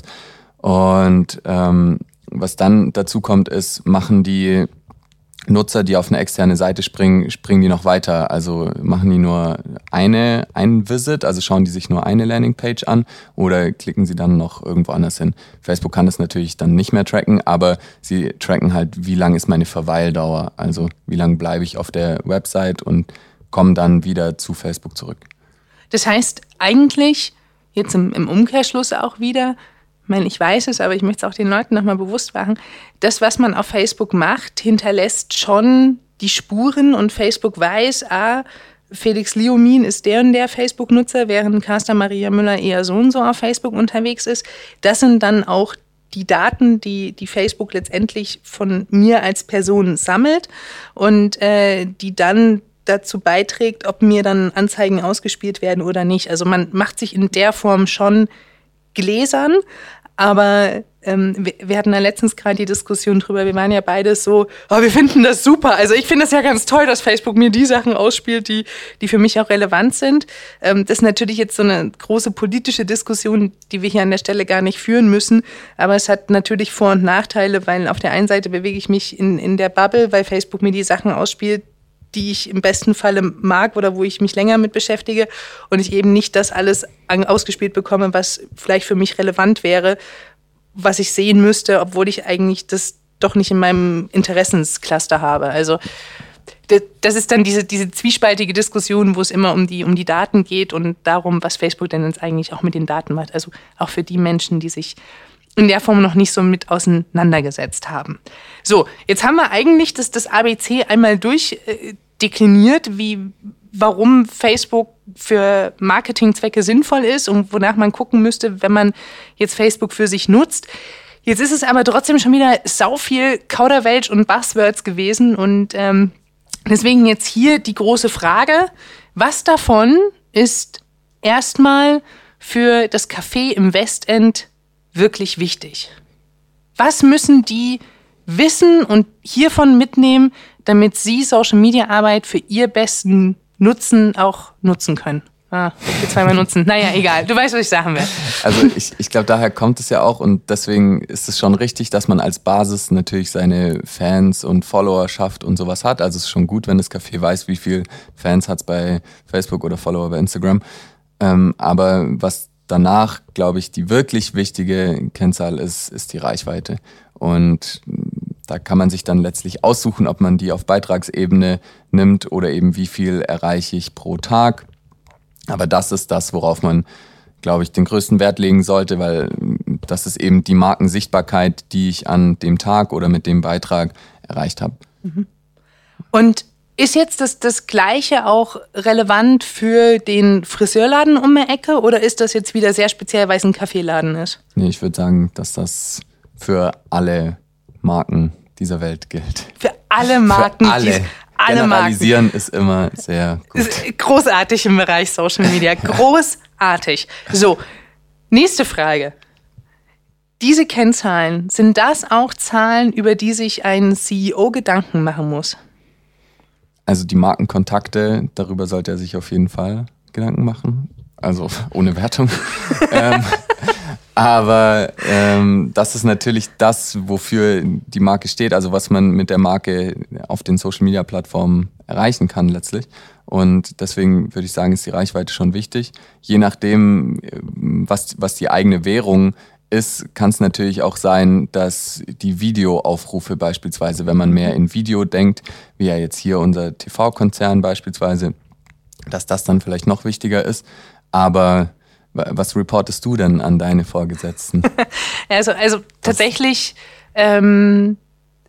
Und ähm, was dann dazu kommt, ist, machen die Nutzer, die auf eine externe Seite springen, springen die noch weiter. Also machen die nur eine, einen Visit, also schauen die sich nur eine Landingpage an oder klicken sie dann noch irgendwo anders hin. Facebook kann das natürlich dann nicht mehr tracken, aber sie tracken halt, wie lang ist meine Verweildauer, also wie lange bleibe ich auf der Website und komme dann wieder zu Facebook zurück. Das heißt eigentlich, jetzt im, im Umkehrschluss auch wieder, ich meine, ich weiß es, aber ich möchte es auch den Leuten nochmal bewusst machen, das, was man auf Facebook macht, hinterlässt schon die Spuren und Facebook weiß, ah, Felix Liomin ist der und der Facebook-Nutzer, während Carsta Maria Müller eher so und so auf Facebook unterwegs ist. Das sind dann auch die Daten, die, die Facebook letztendlich von mir als Person sammelt und äh, die dann dazu beiträgt, ob mir dann Anzeigen ausgespielt werden oder nicht. Also man macht sich in der Form schon gläsern, aber ähm, wir, wir hatten da letztens gerade die Diskussion drüber, wir waren ja beide so, oh, wir finden das super, also ich finde das ja ganz toll, dass Facebook mir die Sachen ausspielt, die, die für mich auch relevant sind. Ähm, das ist natürlich jetzt so eine große politische Diskussion, die wir hier an der Stelle gar nicht führen müssen, aber es hat natürlich Vor- und Nachteile, weil auf der einen Seite bewege ich mich in, in der Bubble, weil Facebook mir die Sachen ausspielt, die ich im besten Falle mag oder wo ich mich länger mit beschäftige und ich eben nicht das alles ausgespielt bekomme, was vielleicht für mich relevant wäre, was ich sehen müsste, obwohl ich eigentlich das doch nicht in meinem Interessenscluster habe. Also das ist dann diese, diese zwiespaltige Diskussion, wo es immer um die, um die Daten geht und darum, was Facebook denn jetzt eigentlich auch mit den Daten macht. Also auch für die Menschen, die sich in der Form noch nicht so mit auseinandergesetzt haben. So, jetzt haben wir eigentlich das, das A B C einmal durchdekliniert, wie, warum Facebook für Marketingzwecke sinnvoll ist und wonach man gucken müsste, wenn man jetzt Facebook für sich nutzt. Jetzt ist es aber trotzdem schon wieder sau viel Kauderwelsch und Buzzwords gewesen und ähm, deswegen jetzt hier die große Frage, was davon ist erstmal für das Café im Westend wirklich wichtig? Was müssen die wissen und hiervon mitnehmen, damit sie Social-Media-Arbeit für ihr besten Nutzen auch nutzen können? Ah, jetzt zweimal nutzen. Naja, egal. Du weißt, was ich sagen will. Also ich, ich glaube, daher kommt es ja auch und deswegen ist es schon richtig, dass man als Basis natürlich seine Fans und Followerschaft und sowas hat. Also es ist schon gut, wenn das Café weiß, wie viel Fans hat es bei Facebook oder Follower bei Instagram. Ähm, aber was danach, glaube ich, die wirklich wichtige Kennzahl ist, ist die Reichweite. Und da kann man sich dann letztlich aussuchen, ob man die auf Beitragsebene nimmt oder eben wie viel erreiche ich pro Tag. Aber das ist das, worauf man, glaube ich, den größten Wert legen sollte, weil das ist eben die Markensichtbarkeit, die ich an dem Tag oder mit dem Beitrag erreicht habe. Und ist jetzt das, das Gleiche auch relevant für den Friseurladen um die Ecke oder ist das jetzt wieder sehr speziell, weil es ein Kaffeeladen ist? Nee, ich würde sagen, dass das für alle Marken dieser Welt gilt. Für alle Marken? Für alle. alle Generalisieren Marken. Ist immer sehr gut. Ist großartig im Bereich Social Media. Großartig. So, nächste Frage. Diese Kennzahlen, sind das auch Zahlen, über die sich ein C E O Gedanken machen muss? Also die Markenkontakte, darüber sollte er sich auf jeden Fall Gedanken machen. Also ohne Wertung. ähm, aber ähm, das ist natürlich das, wofür die Marke steht. Also was man mit der Marke auf den Social-Media-Plattformen erreichen kann letztlich. Und deswegen würde ich sagen, ist die Reichweite schon wichtig. Je nachdem, was, was die eigene Währung ist, kann es natürlich auch sein, dass die Videoaufrufe beispielsweise, wenn man mehr in Video denkt, wie ja jetzt hier unser T V-Konzern beispielsweise, dass das dann vielleicht noch wichtiger ist. Aber was reportest du denn an deine Vorgesetzten? Also, also tatsächlich, ähm,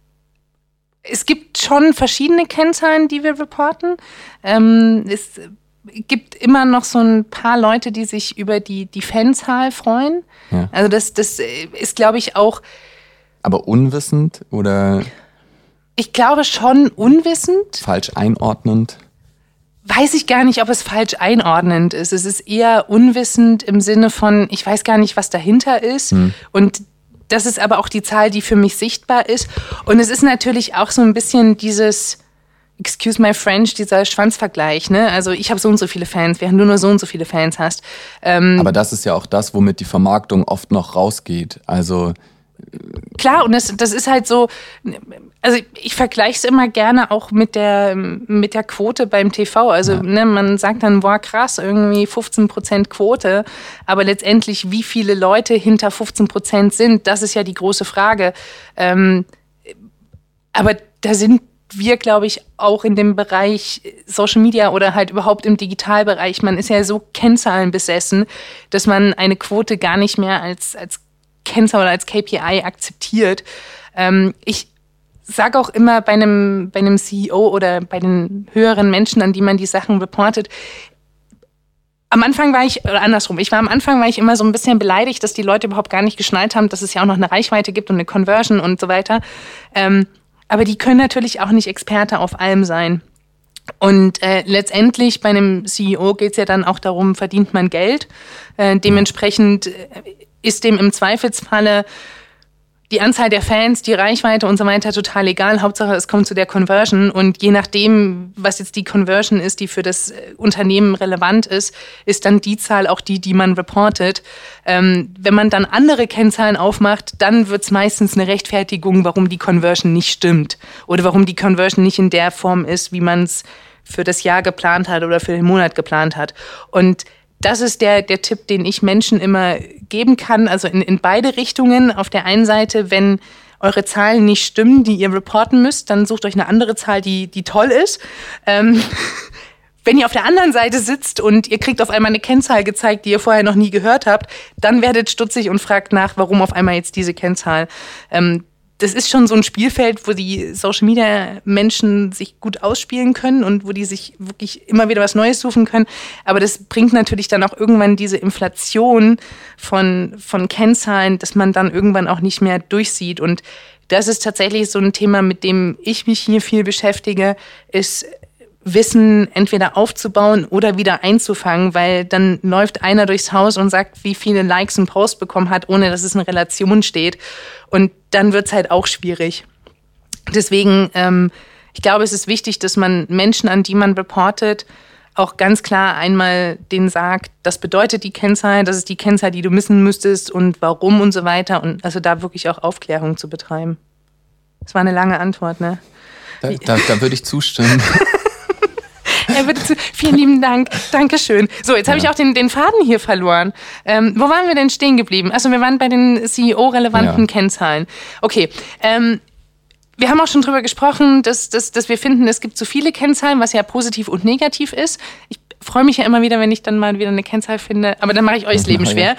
es gibt schon verschiedene Kennzahlen, die wir reporten. Ähm, es gibt immer noch so ein paar Leute, die sich über die, die Fanzahl freuen. Ja. Also das, das ist, glaube ich, auch... Aber unwissend oder... Ich glaube schon unwissend. Falsch einordnend? Weiß ich gar nicht, ob es falsch einordnend ist. Es ist eher unwissend im Sinne von, ich weiß gar nicht, was dahinter ist. Hm. Und das ist aber auch die Zahl, die für mich sichtbar ist. Und es ist natürlich auch so ein bisschen dieses... Excuse my French, dieser Schwanzvergleich, ne? Also ich habe so und so viele Fans, während du nur so und so viele Fans hast. Ähm, Aber das ist ja auch das, womit die Vermarktung oft noch rausgeht. Also klar, und das, das ist halt so, also ich vergleiche es immer gerne auch mit der, mit der Quote beim T V. Also ja. ne, man sagt dann, boah krass, irgendwie fünfzehn Prozent Quote. Aber letztendlich, wie viele Leute hinter fünfzehn Prozent sind, das ist ja die große Frage. Ähm, aber da sind wir, glaube ich, auch in dem Bereich Social Media oder halt überhaupt im Digitalbereich, man ist ja so Kennzahlen besessen, dass man eine Quote gar nicht mehr als, als Kennzahl oder als K P I akzeptiert. Ähm, ich sage auch immer bei einem, bei einem C E O oder bei den höheren Menschen, an die man die Sachen reportet, am Anfang war ich, oder andersrum, ich war am Anfang war ich immer so ein bisschen beleidigt, dass die Leute überhaupt gar nicht geschnallt haben, dass es ja auch noch eine Reichweite gibt und eine Conversion und so weiter. Ähm, Aber die können natürlich auch nicht Experte auf allem sein. Und äh, letztendlich bei einem C E O geht es ja dann auch darum, verdient man Geld. Äh, dementsprechend ist dem im Zweifelsfalle die Anzahl der Fans, die Reichweite und so weiter total egal. Hauptsache, es kommt zu der Conversion. Und je nachdem, was jetzt die Conversion ist, die für das Unternehmen relevant ist, ist dann die Zahl auch die, die man reportet. Ähm, wenn man dann andere Kennzahlen aufmacht, dann wird es meistens eine Rechtfertigung, warum die Conversion nicht stimmt. Oder warum die Conversion nicht in der Form ist, wie man es für das Jahr geplant hat oder für den Monat geplant hat. Und das ist der, der Tipp, den ich Menschen immer geben kann, also in, in beide Richtungen. Auf der einen Seite, wenn eure Zahlen nicht stimmen, die ihr reporten müsst, dann sucht euch eine andere Zahl, die, die toll ist. Ähm, wenn ihr auf der anderen Seite sitzt und ihr kriegt auf einmal eine Kennzahl gezeigt, die ihr vorher noch nie gehört habt, dann werdet stutzig und fragt nach, warum auf einmal jetzt diese Kennzahl. Ähm, Das ist schon so ein Spielfeld, wo die Social-Media-Menschen sich gut ausspielen können und wo die sich wirklich immer wieder was Neues suchen können. Aber das bringt natürlich dann auch irgendwann diese Inflation von, von Kennzahlen, dass man dann irgendwann auch nicht mehr durchsieht. Und das ist tatsächlich so ein Thema, mit dem ich mich hier viel beschäftige, ist Wissen entweder aufzubauen oder wieder einzufangen, weil dann läuft einer durchs Haus und sagt, wie viele Likes ein Post bekommen hat, ohne dass es in Relation steht. Und dann wird's halt auch schwierig. Deswegen, ähm, ich glaube, es ist wichtig, dass man Menschen, an die man reportet, auch ganz klar einmal denen sagt, das bedeutet die Kennzahl, das ist die Kennzahl, die du missen müsstest und warum und so weiter. Und also da wirklich auch Aufklärung zu betreiben. Das war eine lange Antwort, ne? Da, da, da würde ich zustimmen. Er würde zu, vielen lieben Dank, Dankeschön. So, jetzt habe ja. ich auch den, den Faden hier verloren. Ähm, wo waren wir denn stehen geblieben? Also wir waren bei den C E O-relevanten ja. Kennzahlen. Okay, ähm, wir haben auch schon drüber gesprochen, dass, dass, dass wir finden, es gibt zu viele Kennzahlen, was ja positiv und negativ ist. Ich freue mich ja immer wieder, wenn ich dann mal wieder eine Kennzahl finde, aber dann mache ich euch das Leben schwer.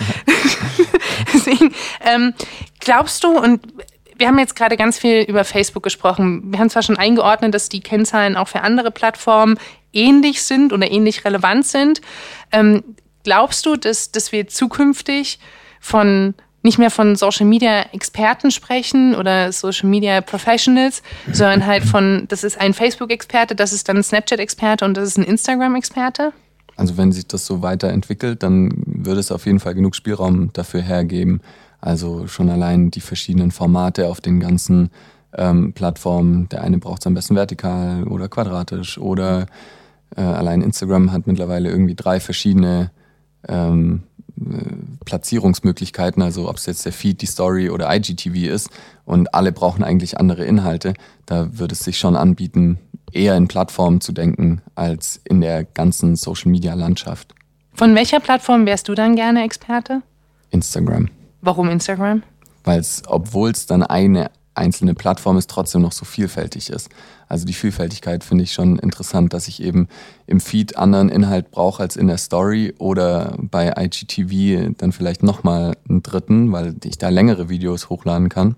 Deswegen, ähm, glaubst du, und wir haben jetzt gerade ganz viel über Facebook gesprochen, wir haben zwar schon eingeordnet, dass die Kennzahlen auch für andere Plattformen ähnlich sind oder ähnlich relevant sind. Ähm, glaubst du, dass, dass wir zukünftig von nicht mehr von Social-Media-Experten sprechen oder Social-Media-Professionals, sondern halt von, das ist ein Facebook-Experte, das ist dann ein Snapchat-Experte und das ist ein Instagram-Experte? Also wenn sich das so weiterentwickelt, dann würde es auf jeden Fall genug Spielraum dafür hergeben. Also schon allein die verschiedenen Formate auf den ganzen ähm, Plattformen. Der eine braucht es am besten vertikal oder quadratisch oder äh, allein Instagram hat mittlerweile irgendwie drei verschiedene ähm, Platzierungsmöglichkeiten, also ob es jetzt der Feed, die Story oder I G T V ist und alle brauchen eigentlich andere Inhalte, da würde es sich schon anbieten, eher in Plattformen zu denken, als in der ganzen Social-Media-Landschaft. Von welcher Plattform wärst du dann gerne Experte? Instagram. Warum Instagram? Weil es, obwohl es dann eine einzelne Plattform ist, trotzdem noch so vielfältig ist. Also die Vielfältigkeit finde ich schon interessant, dass ich eben im Feed anderen Inhalt brauche als in der Story oder bei I G T V dann vielleicht nochmal einen dritten, weil ich da längere Videos hochladen kann.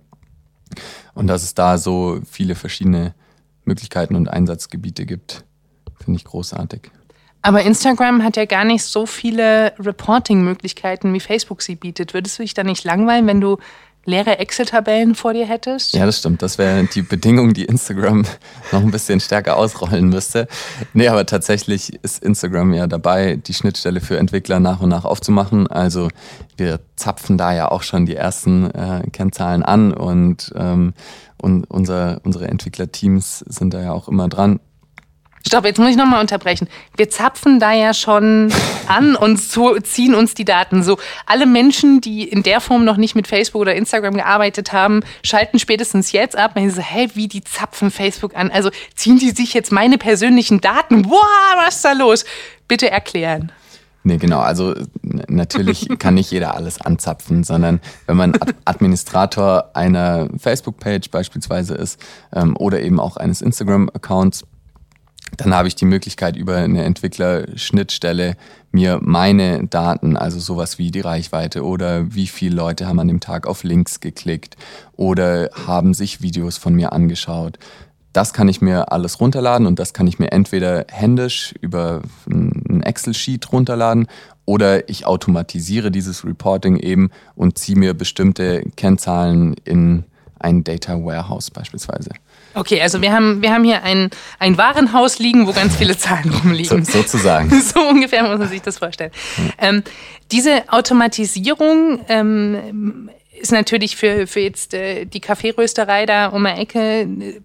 Und dass es da so viele verschiedene Möglichkeiten und Einsatzgebiete gibt, finde ich großartig. Aber Instagram hat ja gar nicht so viele Reporting-Möglichkeiten, wie Facebook sie bietet. Würdest du dich da nicht langweilen, wenn du leere Excel-Tabellen vor dir hättest? Ja, das stimmt. Das wäre die Bedingung, die Instagram noch ein bisschen stärker ausrollen müsste. Nee, aber tatsächlich ist Instagram ja dabei, die Schnittstelle für Entwickler nach und nach aufzumachen. Also wir zapfen da ja auch schon die ersten äh, Kennzahlen an und, ähm, und unser, unsere Entwicklerteams sind da ja auch immer dran. Stopp, jetzt muss ich nochmal unterbrechen. Wir zapfen da ja schon an und so ziehen uns die Daten. So, alle Menschen, die in der Form noch nicht mit Facebook oder Instagram gearbeitet haben, schalten spätestens jetzt ab. Und ich so, hä, wie, die zapfen Facebook an? Also ziehen die sich jetzt meine persönlichen Daten? Wow, was ist da los? Bitte erklären. Nee, genau. Also natürlich kann nicht jeder alles anzapfen, sondern wenn man Ad- Administrator einer Facebook-Page beispielsweise ist ähm, oder eben auch eines Instagram-Accounts, dann habe ich die Möglichkeit, über eine Entwicklerschnittstelle mir meine Daten, also sowas wie die Reichweite oder wie viele Leute haben an dem Tag auf Links geklickt oder haben sich Videos von mir angeschaut. Das kann ich mir alles runterladen und das kann ich mir entweder händisch über ein Excel-Sheet runterladen oder ich automatisiere dieses Reporting eben und ziehe mir bestimmte Kennzahlen in ein Data Warehouse beispielsweise. Okay, also wir haben, wir haben hier ein, ein Warenhaus liegen, wo ganz viele Zahlen rumliegen. So, sozusagen. So ungefähr muss man sich das vorstellen. Mhm. Ähm, diese Automatisierung ähm, ist natürlich für, für jetzt äh, die Kaffeerösterei da um die Ecke äh,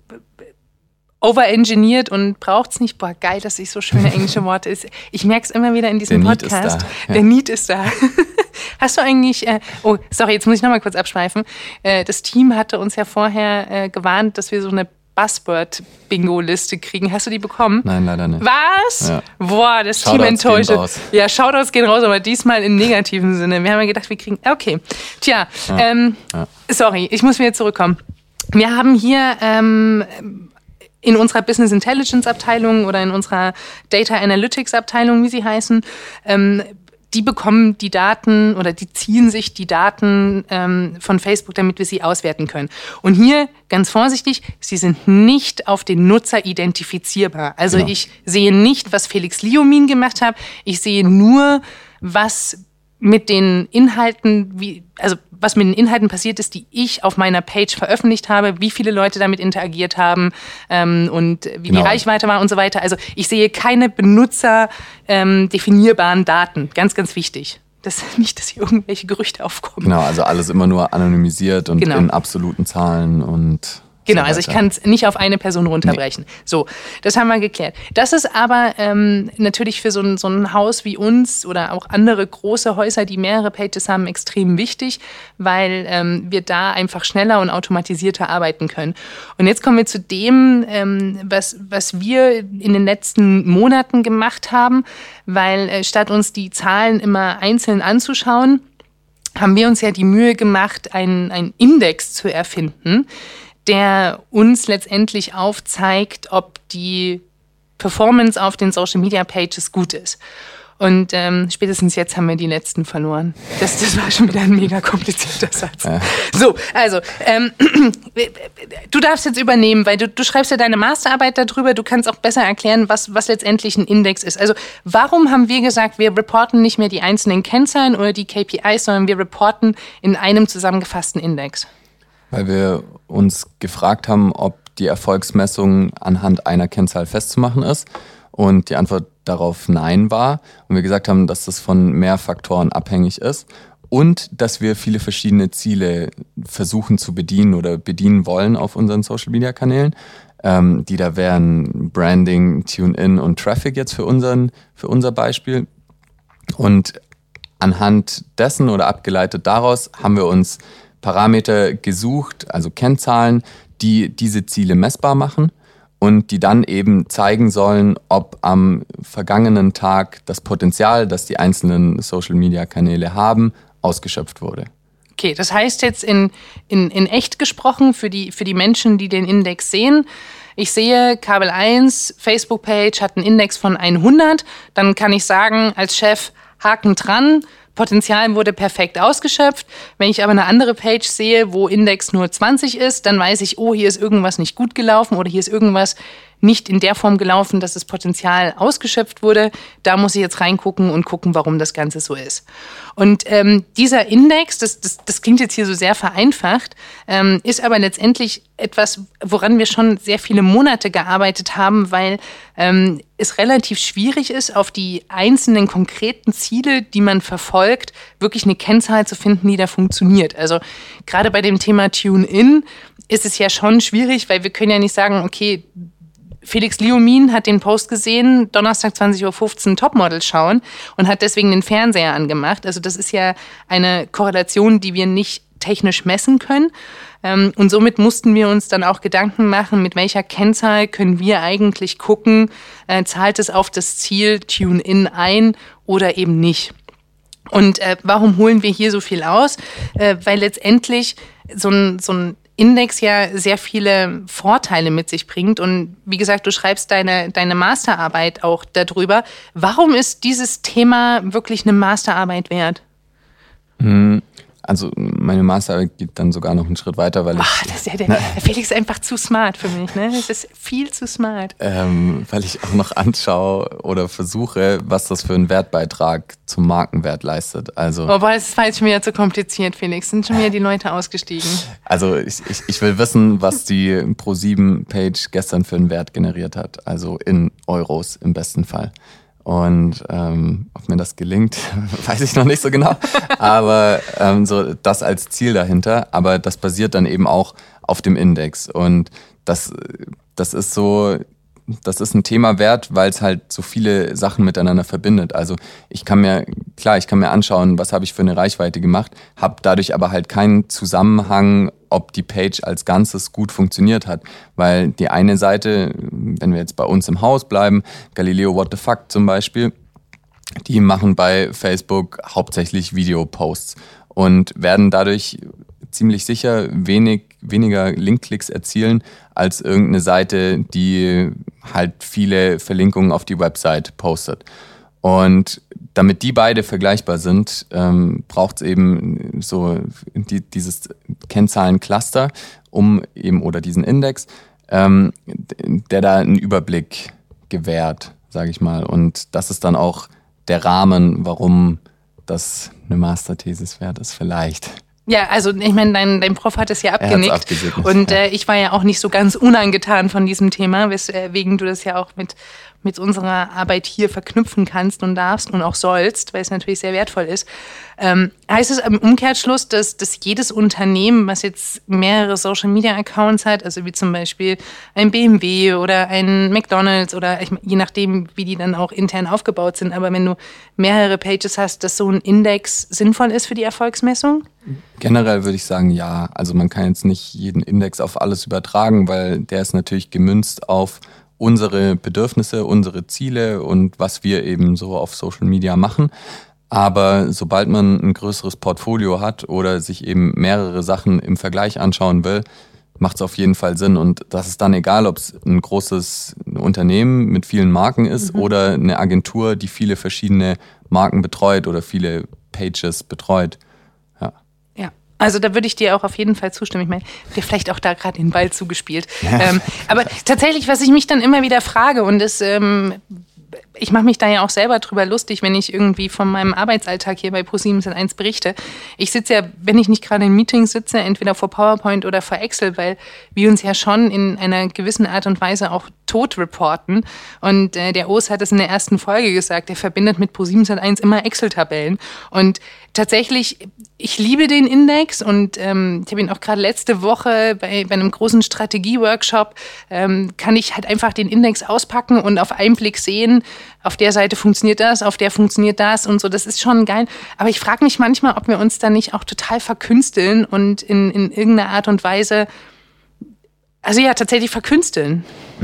overengineert und braucht's nicht. Boah, geil, dass ich so schöne englische Worte ist. Ich merke es immer wieder in diesem Der Podcast. Need ist da. Ja. Der Need ist da. Hast du eigentlich, äh, oh, sorry, jetzt muss ich nochmal kurz abschweifen. Äh, das Team hatte uns ja vorher äh, gewarnt, dass wir so eine Buzzword-Bingo-Liste kriegen. Hast du die bekommen? Nein, leider nicht. Was? Ja. Boah, das Shoutouts Team enttäuscht. gehen raus. Ja, Shoutouts gehen raus, aber diesmal im negativen Sinne. Wir haben ja gedacht, wir kriegen, okay. Tja, ja. Ähm, ja. sorry, ich muss wieder zurückkommen. Wir haben hier ähm, in unserer Business Intelligence Abteilung oder in unserer Data Analytics Abteilung, wie sie heißen, ähm, die bekommen die Daten oder die ziehen sich die Daten ähm, von Facebook, damit wir sie auswerten können. Und hier ganz vorsichtig, sie sind nicht auf den Nutzer identifizierbar. Also genau. Ich sehe nicht, was Felix Liomin gemacht hat. Ich sehe nur, was mit den Inhalten, wie, also was mit den Inhalten passiert ist, die ich auf meiner Page veröffentlicht habe, wie viele Leute damit interagiert haben ähm, und wie genau. die Reichweite war und so weiter. Also ich sehe keine benutzerdefinierbaren ähm, Daten. Ganz, ganz wichtig. Das ist nicht, dass hier irgendwelche Gerüchte aufkommen. Genau, also alles immer nur anonymisiert und genau. in absoluten Zahlen und Genau, so also ich kann es nicht auf eine Person runterbrechen. Nee. So, das haben wir geklärt. Das ist aber ähm, natürlich für so ein, so ein Haus wie uns oder auch andere große Häuser, die mehrere Pages haben, extrem wichtig, weil ähm, wir da einfach schneller und automatisierter arbeiten können. Und jetzt kommen wir zu dem, ähm, was, was wir in den letzten Monaten gemacht haben, weil äh, statt uns die Zahlen immer einzeln anzuschauen, haben wir uns ja die Mühe gemacht, einen, einen Index zu erfinden, der uns letztendlich aufzeigt, ob die Performance auf den Social Media Pages gut ist. Und ähm, spätestens jetzt haben wir die letzten verloren. Das, das war schon wieder ein mega komplizierter Satz. Ja. So, also, ähm, du darfst jetzt übernehmen, weil du, du schreibst ja deine Masterarbeit darüber, du kannst auch besser erklären, was, was letztendlich ein Index ist. Also, warum haben wir gesagt, wir reporten nicht mehr die einzelnen Kennzahlen oder die K P Is, sondern wir reporten in einem zusammengefassten Index? Weil wir uns gefragt haben, ob die Erfolgsmessung anhand einer Kennzahl festzumachen ist. Und die Antwort darauf nein war. Und wir gesagt haben, dass das von mehr Faktoren abhängig ist. Und dass wir viele verschiedene Ziele versuchen zu bedienen oder bedienen wollen auf unseren Social-Media-Kanälen. Ähm, die da wären Branding, Tune-In und Traffic jetzt für, unseren, für unser Beispiel. Und anhand dessen oder abgeleitet daraus haben wir uns Parameter gesucht, also Kennzahlen, die diese Ziele messbar machen und die dann eben zeigen sollen, ob am vergangenen Tag das Potenzial, das die einzelnen Social-Media-Kanäle haben, ausgeschöpft wurde. Okay, das heißt jetzt in, in, in echt gesprochen für die, für die Menschen, die den Index sehen, ich sehe, Kabel eins, Facebook-Page hat einen Index von hundert, dann kann ich sagen als Chef, Haken dran, Potenzial wurde perfekt ausgeschöpft. Wenn ich aber eine andere Page sehe, wo Index nur zwanzig ist, dann weiß ich, oh, hier ist irgendwas nicht gut gelaufen oder hier ist irgendwas nicht in der Form gelaufen, dass das Potenzial ausgeschöpft wurde. Da muss ich jetzt reingucken und gucken, warum das Ganze so ist. Und ähm, dieser Index, das, das, das klingt jetzt hier so sehr vereinfacht, ähm, ist aber letztendlich etwas, woran wir schon sehr viele Monate gearbeitet haben, weil ähm, es relativ schwierig ist, auf die einzelnen konkreten Ziele, die man verfolgt, wirklich eine Kennzahl zu finden, die da funktioniert. Also gerade bei dem Thema Tune-In ist es ja schon schwierig, weil wir können ja nicht sagen, okay, Felix Liumin hat den Post gesehen, Donnerstag zwanzig Uhr fünfzehn Topmodel schauen und hat deswegen den Fernseher angemacht. Also das ist ja eine Korrelation, die wir nicht technisch messen können. Und somit mussten wir uns dann auch Gedanken machen, mit welcher Kennzahl können wir eigentlich gucken, äh, zahlt es auf das Ziel Tune-In ein oder eben nicht. Und äh, warum holen wir hier so viel aus? Äh, weil letztendlich so ein, so ein Index ja sehr viele Vorteile mit sich bringt. Und wie gesagt, du schreibst deine, deine Masterarbeit auch darüber. Warum ist dieses Thema wirklich eine Masterarbeit wert? Also meine Masterarbeit geht dann sogar noch einen Schritt weiter, weil ich... Ach, das ist ja der, der Felix ist einfach zu smart für mich, ne? Das ist viel zu smart. Ähm, weil ich auch noch anschaue oder versuche, was das für einen Wertbeitrag zum Markenwert leistet. Also, oh, boah, das war jetzt schon wieder zu kompliziert, Felix. Sind schon wieder die Leute ausgestiegen. Also ich, ich, ich will wissen, was die Pro sieben Page gestern für einen Wert generiert hat. Also in Euros im besten Fall. Und ähm, ob mir das gelingt, weiß ich noch nicht so genau. Aber ähm, so das als Ziel dahinter. Aber das basiert dann eben auch auf dem Index. Und das, das ist so, das ist ein Thema wert, weil es halt so viele Sachen miteinander verbindet. Also ich kann mir, klar, ich kann mir anschauen, was habe ich für eine Reichweite gemacht, habe dadurch aber halt keinen Zusammenhang, ob die Page als Ganzes gut funktioniert hat. Weil die eine Seite, wenn wir jetzt bei uns im Haus bleiben, Galileo What the Fuck zum Beispiel, die machen bei Facebook hauptsächlich Videoposts und werden dadurch ziemlich sicher wenig, weniger Linkklicks erzielen als irgendeine Seite, die halt viele Verlinkungen auf die Website postet. Und damit die beide vergleichbar sind, ähm, braucht es eben so die, dieses Kennzahlencluster, um eben oder diesen Index, ähm, der da einen Überblick gewährt, sage ich mal. Und das ist dann auch der Rahmen, warum das eine Masterthesis wert ist, vielleicht. Ja, also ich meine, dein, dein Prof hat es ja abgenickt abgesegnet, und ja. äh, ich war ja auch nicht so ganz unangetan von diesem Thema, weswegen du das ja auch mit mit unserer Arbeit hier verknüpfen kannst und darfst und auch sollst, weil es natürlich sehr wertvoll ist. Ähm, heißt es im Umkehrschluss, dass, dass jedes Unternehmen, was jetzt mehrere Social-Media-Accounts hat, also wie zum Beispiel ein B M W oder ein McDonald's oder ich, je nachdem, wie die dann auch intern aufgebaut sind, aber wenn du mehrere Pages hast, dass so ein Index sinnvoll ist für die Erfolgsmessung? Generell würde ich sagen, ja. Also man kann jetzt nicht jeden Index auf alles übertragen, weil der ist natürlich gemünzt auf unsere Bedürfnisse, unsere Ziele und was wir eben so auf Social Media machen. Aber sobald man ein größeres Portfolio hat oder sich eben mehrere Sachen im Vergleich anschauen will, macht es auf jeden Fall Sinn. Und das ist dann egal, ob es ein großes Unternehmen mit vielen Marken ist mhm. oder eine Agentur, die viele verschiedene Marken betreut oder viele Pages betreut. Ja. Ja. Also da würde ich dir auch auf jeden Fall zustimmen. Ich meine, dir vielleicht auch da gerade den Ball zugespielt. Ja. Ähm, aber tatsächlich, was ich mich dann immer wieder frage und das ähm, ich mache mich da ja auch selber drüber lustig, wenn ich irgendwie von meinem Arbeitsalltag hier bei ProSieben eins berichte. Ich sitze ja, wenn ich nicht gerade in Meetings sitze, entweder vor PowerPoint oder vor Excel, weil wir uns ja schon in einer gewissen Art und Weise auch tot reporten. Und äh, der Urs hat es in der ersten Folge gesagt, er verbindet mit ProSieben eins immer Excel-Tabellen. Und tatsächlich, ich liebe den Index und ähm, ich habe ihn auch gerade letzte Woche bei, bei einem großen Strategie-Workshop, ähm, kann ich halt einfach den Index auspacken und auf einen Blick sehen, auf der Seite funktioniert das, auf der funktioniert das und so. Das ist schon geil. Aber ich frage mich manchmal, ob wir uns da nicht auch total verkünsteln und in, in irgendeiner Art und Weise, also ja, tatsächlich verkünsteln.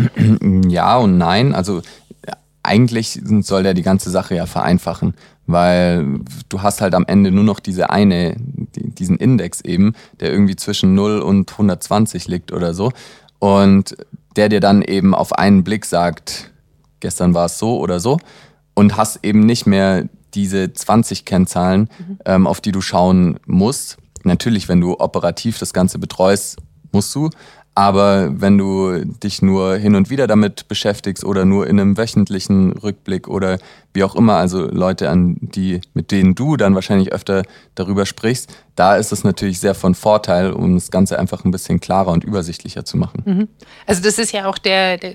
Ja und nein. Also eigentlich soll der die ganze Sache ja vereinfachen, weil du hast halt am Ende nur noch diese eine, diesen Index eben, der irgendwie zwischen null und hundertzwanzig liegt oder so und der dir dann eben auf einen Blick sagt, gestern war es so oder so und hast eben nicht mehr diese zwanzig Kennzahlen, mhm. ähm, auf die du schauen musst. Natürlich, wenn du operativ das Ganze betreust, musst du. Aber wenn du dich nur hin und wieder damit beschäftigst oder nur in einem wöchentlichen Rückblick oder wie auch immer, also Leute, an die, mit denen du dann wahrscheinlich öfter darüber sprichst, da ist es natürlich sehr von Vorteil, um das Ganze einfach ein bisschen klarer und übersichtlicher zu machen. Mhm. Also das ist ja auch der, der,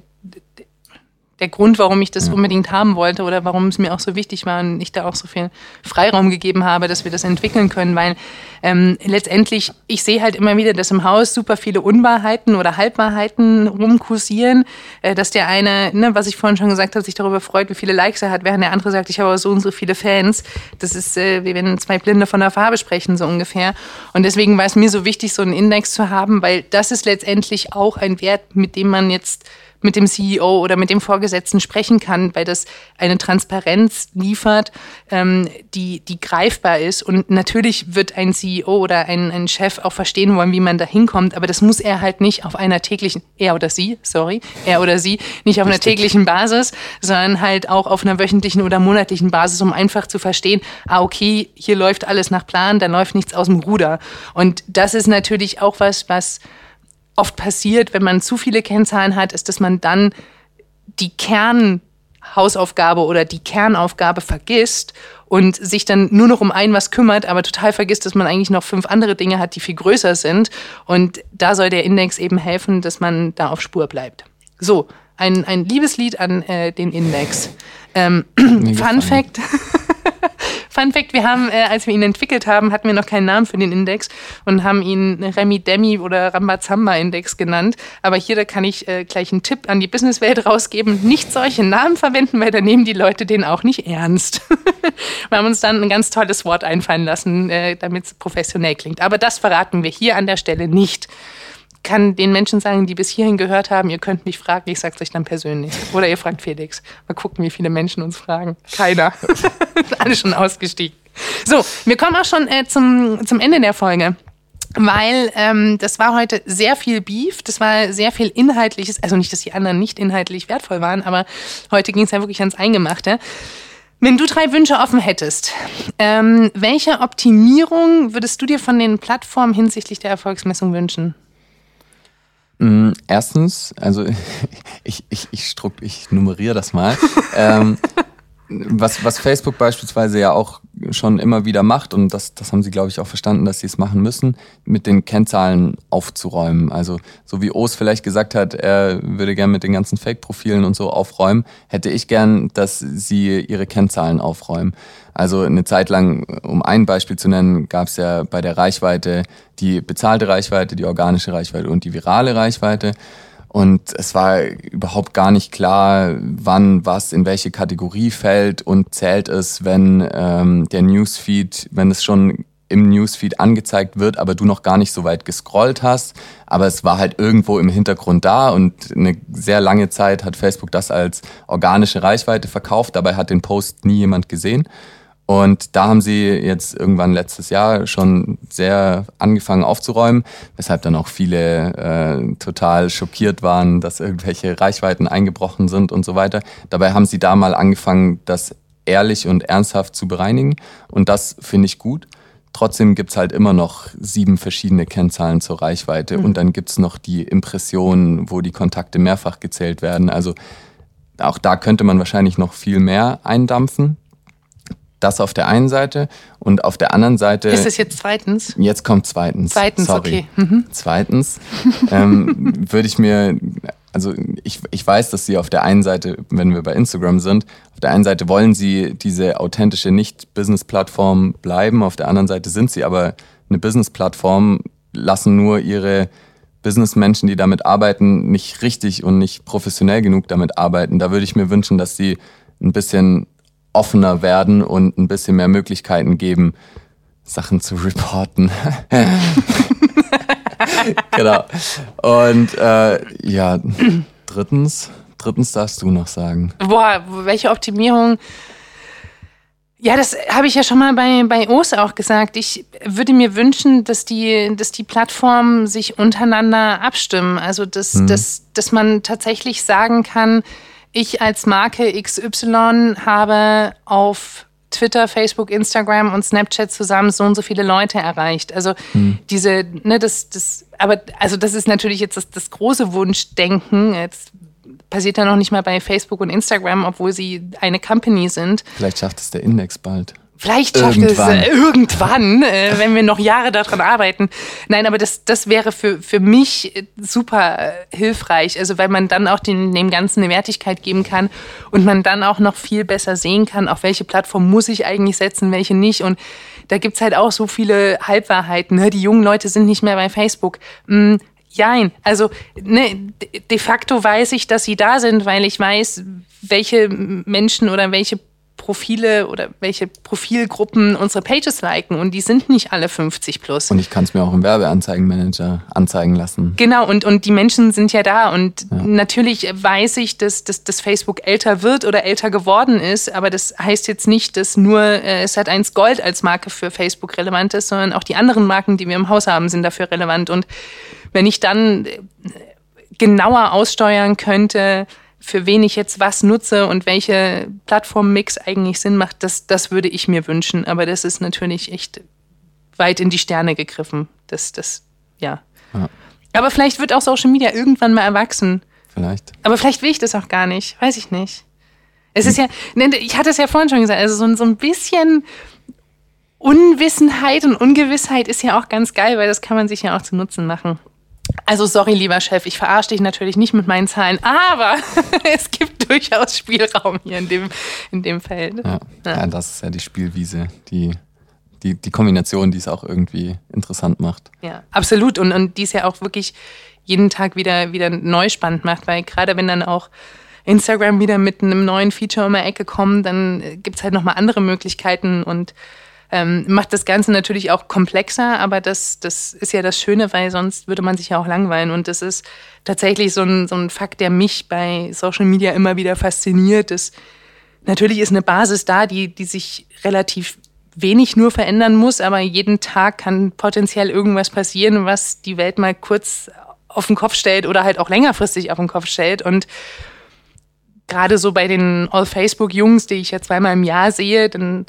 der Grund, warum ich das ja. unbedingt haben wollte oder warum es mir auch so wichtig war und ich da auch so viel Freiraum gegeben habe, dass wir das entwickeln können, weil ähm, letztendlich, ich sehe halt immer wieder, dass im Haus super viele Unwahrheiten oder Halbwahrheiten rumkursieren, äh, dass der eine, ne, was ich vorhin schon gesagt habe, sich darüber freut, wie viele Likes er hat, während der andere sagt, ich habe aber so und so viele Fans. Das ist, äh, wie wenn zwei Blinde von der Farbe sprechen, so ungefähr. Und deswegen war es mir so wichtig, so einen Index zu haben, weil das ist letztendlich auch ein Wert, mit dem man jetzt mit dem C E O oder mit dem Vorgesetzten sprechen kann, weil das eine Transparenz liefert, ähm, die, die greifbar ist. Und natürlich wird ein C E O oder ein, ein Chef auch verstehen wollen, wie man da hinkommt, aber das muss er halt nicht auf einer täglichen, er oder sie, sorry, er oder sie, nicht auf einer täglichen Basis, sondern halt auch auf einer wöchentlichen oder monatlichen Basis, um einfach zu verstehen, ah, okay, hier läuft alles nach Plan, da läuft nichts aus dem Ruder. Und das ist natürlich auch was, was oft passiert, wenn man zu viele Kennzahlen hat, ist, dass man dann die Kernhausaufgabe oder die Kernaufgabe vergisst und sich dann nur noch um ein was kümmert, aber total vergisst, dass man eigentlich noch fünf andere Dinge hat, die viel größer sind. Und da soll der Index eben helfen, dass man da auf Spur bleibt. So, ein, ein Liebeslied an äh, den Index. Ähm, Fun Fact. Fun Fact, wir haben, äh, als wir ihn entwickelt haben, hatten wir noch keinen Namen für den Index und haben ihn Remi Demi oder Rambazamba Index genannt. Aber hier, da kann ich äh, gleich einen Tipp an die Businesswelt rausgeben. Nicht solche Namen verwenden, weil da nehmen die Leute den auch nicht ernst. Wir haben uns dann ein ganz tolles Wort einfallen lassen, äh, damit es professionell klingt. Aber das verraten wir hier an der Stelle nicht. Kann den Menschen sagen, die bis hierhin gehört haben, ihr könnt mich fragen, ich sag's euch dann persönlich. Oder ihr fragt Felix. Mal gucken, wie viele Menschen uns fragen. Keiner. Alle schon ausgestiegen. So, wir kommen auch schon äh, zum, zum Ende der Folge. Weil ähm, das war heute sehr viel Beef, das war sehr viel Inhaltliches, also nicht, dass die anderen nicht inhaltlich wertvoll waren, aber heute ging es ja wirklich ans Eingemachte. Wenn du drei Wünsche offen hättest, ähm, welche Optimierung würdest du dir von den Plattformen hinsichtlich der Erfolgsmessung wünschen? Erstens, also ich, ich, ich, struck, ich nummeriere das mal. ähm, Was, was Facebook beispielsweise ja auch schon immer wieder macht, und das, das haben sie, glaube ich, auch verstanden, dass sie es machen müssen, mit den Kennzahlen aufzuräumen. Also so wie O's vielleicht gesagt hat, er würde gern mit den ganzen Fake-Profilen und so aufräumen, hätte ich gern, dass sie ihre Kennzahlen aufräumen. Also eine Zeit lang, um ein Beispiel zu nennen, gab es ja bei der Reichweite die bezahlte Reichweite, die organische Reichweite und die virale Reichweite. Und es war überhaupt gar nicht klar, wann was in welche Kategorie fällt und zählt es, wenn ähm, der Newsfeed, wenn es schon im Newsfeed angezeigt wird, aber du noch gar nicht so weit gescrollt hast. Aber es war halt irgendwo im Hintergrund da und eine sehr lange Zeit hat Facebook das als organische Reichweite verkauft. Dabei hat den Post nie jemand gesehen. Und da haben sie jetzt irgendwann letztes Jahr schon sehr angefangen aufzuräumen, weshalb dann auch viele äh, total schockiert waren, dass irgendwelche Reichweiten eingebrochen sind und so weiter. Dabei haben sie da mal angefangen, das ehrlich und ernsthaft zu bereinigen und das finde ich gut. Trotzdem gibt's halt immer noch sieben verschiedene Kennzahlen zur Reichweite mhm. und dann gibt's noch die Impressionen, wo die Kontakte mehrfach gezählt werden. Also auch da könnte man wahrscheinlich noch viel mehr eindampfen. Das auf der einen Seite und auf der anderen Seite... Ist es jetzt zweitens? Jetzt kommt zweitens. Zweitens, Sorry. okay. Mhm. Zweitens ähm, würde ich mir... Also ich, ich weiß, dass sie auf der einen Seite, wenn wir bei Instagram sind, auf der einen Seite wollen sie diese authentische Nicht-Business-Plattform bleiben, auf der anderen Seite sind sie aber eine Business-Plattform, lassen nur ihre Businessmenschen, die damit arbeiten, nicht richtig und nicht professionell genug damit arbeiten. Da würde ich mir wünschen, dass sie ein bisschen offener werden und ein bisschen mehr Möglichkeiten geben, Sachen zu reporten. Genau. Und äh, ja, drittens, drittens darfst du noch sagen. Boah, welche Optimierung? Ja, das habe ich ja schon mal bei, bei O's auch gesagt. Ich würde mir wünschen, dass die, dass die Plattformen sich untereinander abstimmen. Also, dass, hm. dass, dass man tatsächlich sagen kann, ich als Marke X Y habe auf Twitter, Facebook, Instagram und Snapchat zusammen so und so viele Leute erreicht. Also hm. diese, ne, das, das, aber also das ist natürlich jetzt das, das große Wunschdenken. Jetzt passiert ja noch nicht mal bei Facebook und Instagram, obwohl sie eine Company sind. Vielleicht schafft es der Index bald. Vielleicht schafft irgendwann. es äh, irgendwann, äh, wenn wir noch Jahre daran arbeiten. Nein, aber das, das wäre für, für mich super äh, hilfreich. Also weil man dann auch den, dem Ganzen eine Wertigkeit geben kann und man dann auch noch viel besser sehen kann, auf welche Plattform muss ich eigentlich setzen, welche nicht. Und da gibt's halt auch so viele Halbwahrheiten. Ne? Die jungen Leute sind nicht mehr bei Facebook. Hm, Jein, also ne, de facto weiß ich, dass sie da sind, weil ich weiß, welche Menschen oder welche Profile oder welche Profilgruppen unsere Pages liken und die sind nicht alle fünfzig plus. Und ich kann es mir auch im Werbeanzeigenmanager anzeigen lassen. Genau, und, und die Menschen sind ja da und ja. Natürlich weiß ich, dass, dass, dass Facebook älter wird oder älter geworden ist, aber das heißt jetzt nicht, dass nur äh, Sat eins Gold als Marke für Facebook relevant ist, sondern auch die anderen Marken, die wir im Haus haben, sind dafür relevant. Und wenn ich dann genauer aussteuern könnte, für wen ich jetzt was nutze und welche Plattformmix eigentlich Sinn macht, das, das würde ich mir wünschen. Aber das ist natürlich echt weit in die Sterne gegriffen. Das, das, ja. ja. Aber vielleicht wird auch Social Media irgendwann mal erwachsen. Vielleicht. Aber vielleicht will ich das auch gar nicht. Weiß ich nicht. Es ist ja, ich hatte es ja vorhin schon gesagt, also so, so ein bisschen Unwissenheit und Ungewissheit ist ja auch ganz geil, weil das kann man sich ja auch zu Nutzen machen. Also sorry, lieber Chef, ich verarsche dich natürlich nicht mit meinen Zahlen, aber es gibt durchaus Spielraum hier in dem, in dem Feld. Ja. Ja. ja, das ist ja die Spielwiese, die, die, die Kombination, die es auch irgendwie interessant macht. Ja, absolut. Und, und die es ja auch wirklich jeden Tag wieder, wieder neu spannend macht, weil gerade wenn dann auch Instagram wieder mit einem neuen Feature um die Ecke kommt, dann gibt es halt nochmal andere Möglichkeiten und Ähm, macht das Ganze natürlich auch komplexer, aber das, das ist ja das Schöne, weil sonst würde man sich ja auch langweilen. Und das ist tatsächlich so ein, so ein Fakt, der mich bei Social Media immer wieder fasziniert. Das, natürlich ist eine Basis da, die, die sich relativ wenig nur verändern muss, aber jeden Tag kann potenziell irgendwas passieren, was die Welt mal kurz auf den Kopf stellt oder halt auch längerfristig auf den Kopf stellt. Und gerade so bei den All-Facebook-Jungs, die ich ja zweimal im Jahr sehe, dann, dann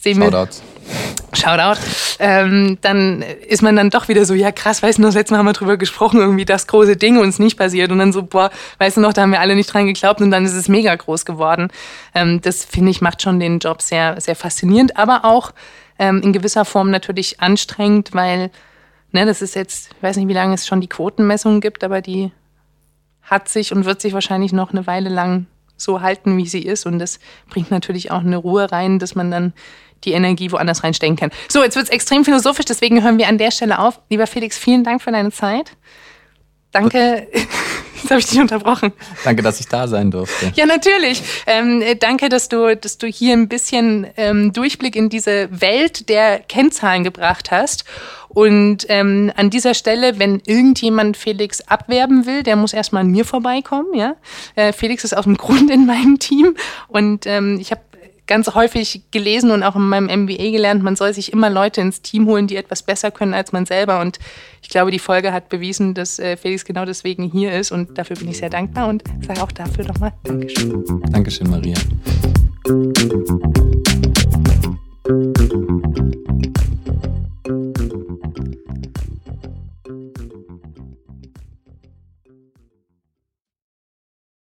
sehen wir. Shoutouts. Shoutout. Ähm, dann ist man dann doch wieder so, ja krass, weißt du noch, das letzte Mal haben wir drüber gesprochen, irgendwie das große Ding und es nicht passiert. Und dann so, boah, weißt du noch, da haben wir alle nicht dran geglaubt und dann ist es mega groß geworden. Ähm, das, finde ich, macht schon den Job sehr, sehr faszinierend, aber auch ähm, in gewisser Form natürlich anstrengend, weil, ne, das ist jetzt, ich weiß nicht, wie lange es schon die Quotenmessungen gibt, aber die hat sich und wird sich wahrscheinlich noch eine Weile lang so halten, wie sie ist. Und das bringt natürlich auch eine Ruhe rein, dass man dann die Energie woanders reinstecken kann. So, jetzt wird es extrem philosophisch, deswegen hören wir an der Stelle auf. Lieber Felix, vielen Dank für deine Zeit. Danke, jetzt habe ich dich unterbrochen. Danke, dass ich da sein durfte. Ja, natürlich. Ähm, danke, dass du, dass du hier ein bisschen ähm, Durchblick in diese Welt der Kennzahlen gebracht hast. Und ähm, an dieser Stelle, wenn irgendjemand Felix abwerben will, der muss erstmal an mir vorbeikommen. Ja? Äh, Felix ist aus dem Grund in meinem Team und ähm, ich habe ganz häufig gelesen und auch in meinem M B A gelernt, man soll sich immer Leute ins Team holen, die etwas besser können als man selber. Und ich glaube, die Folge hat bewiesen, dass äh, Felix genau deswegen hier ist. Und dafür bin ich sehr dankbar und sage auch dafür nochmal Dankeschön. Dankeschön, Maria.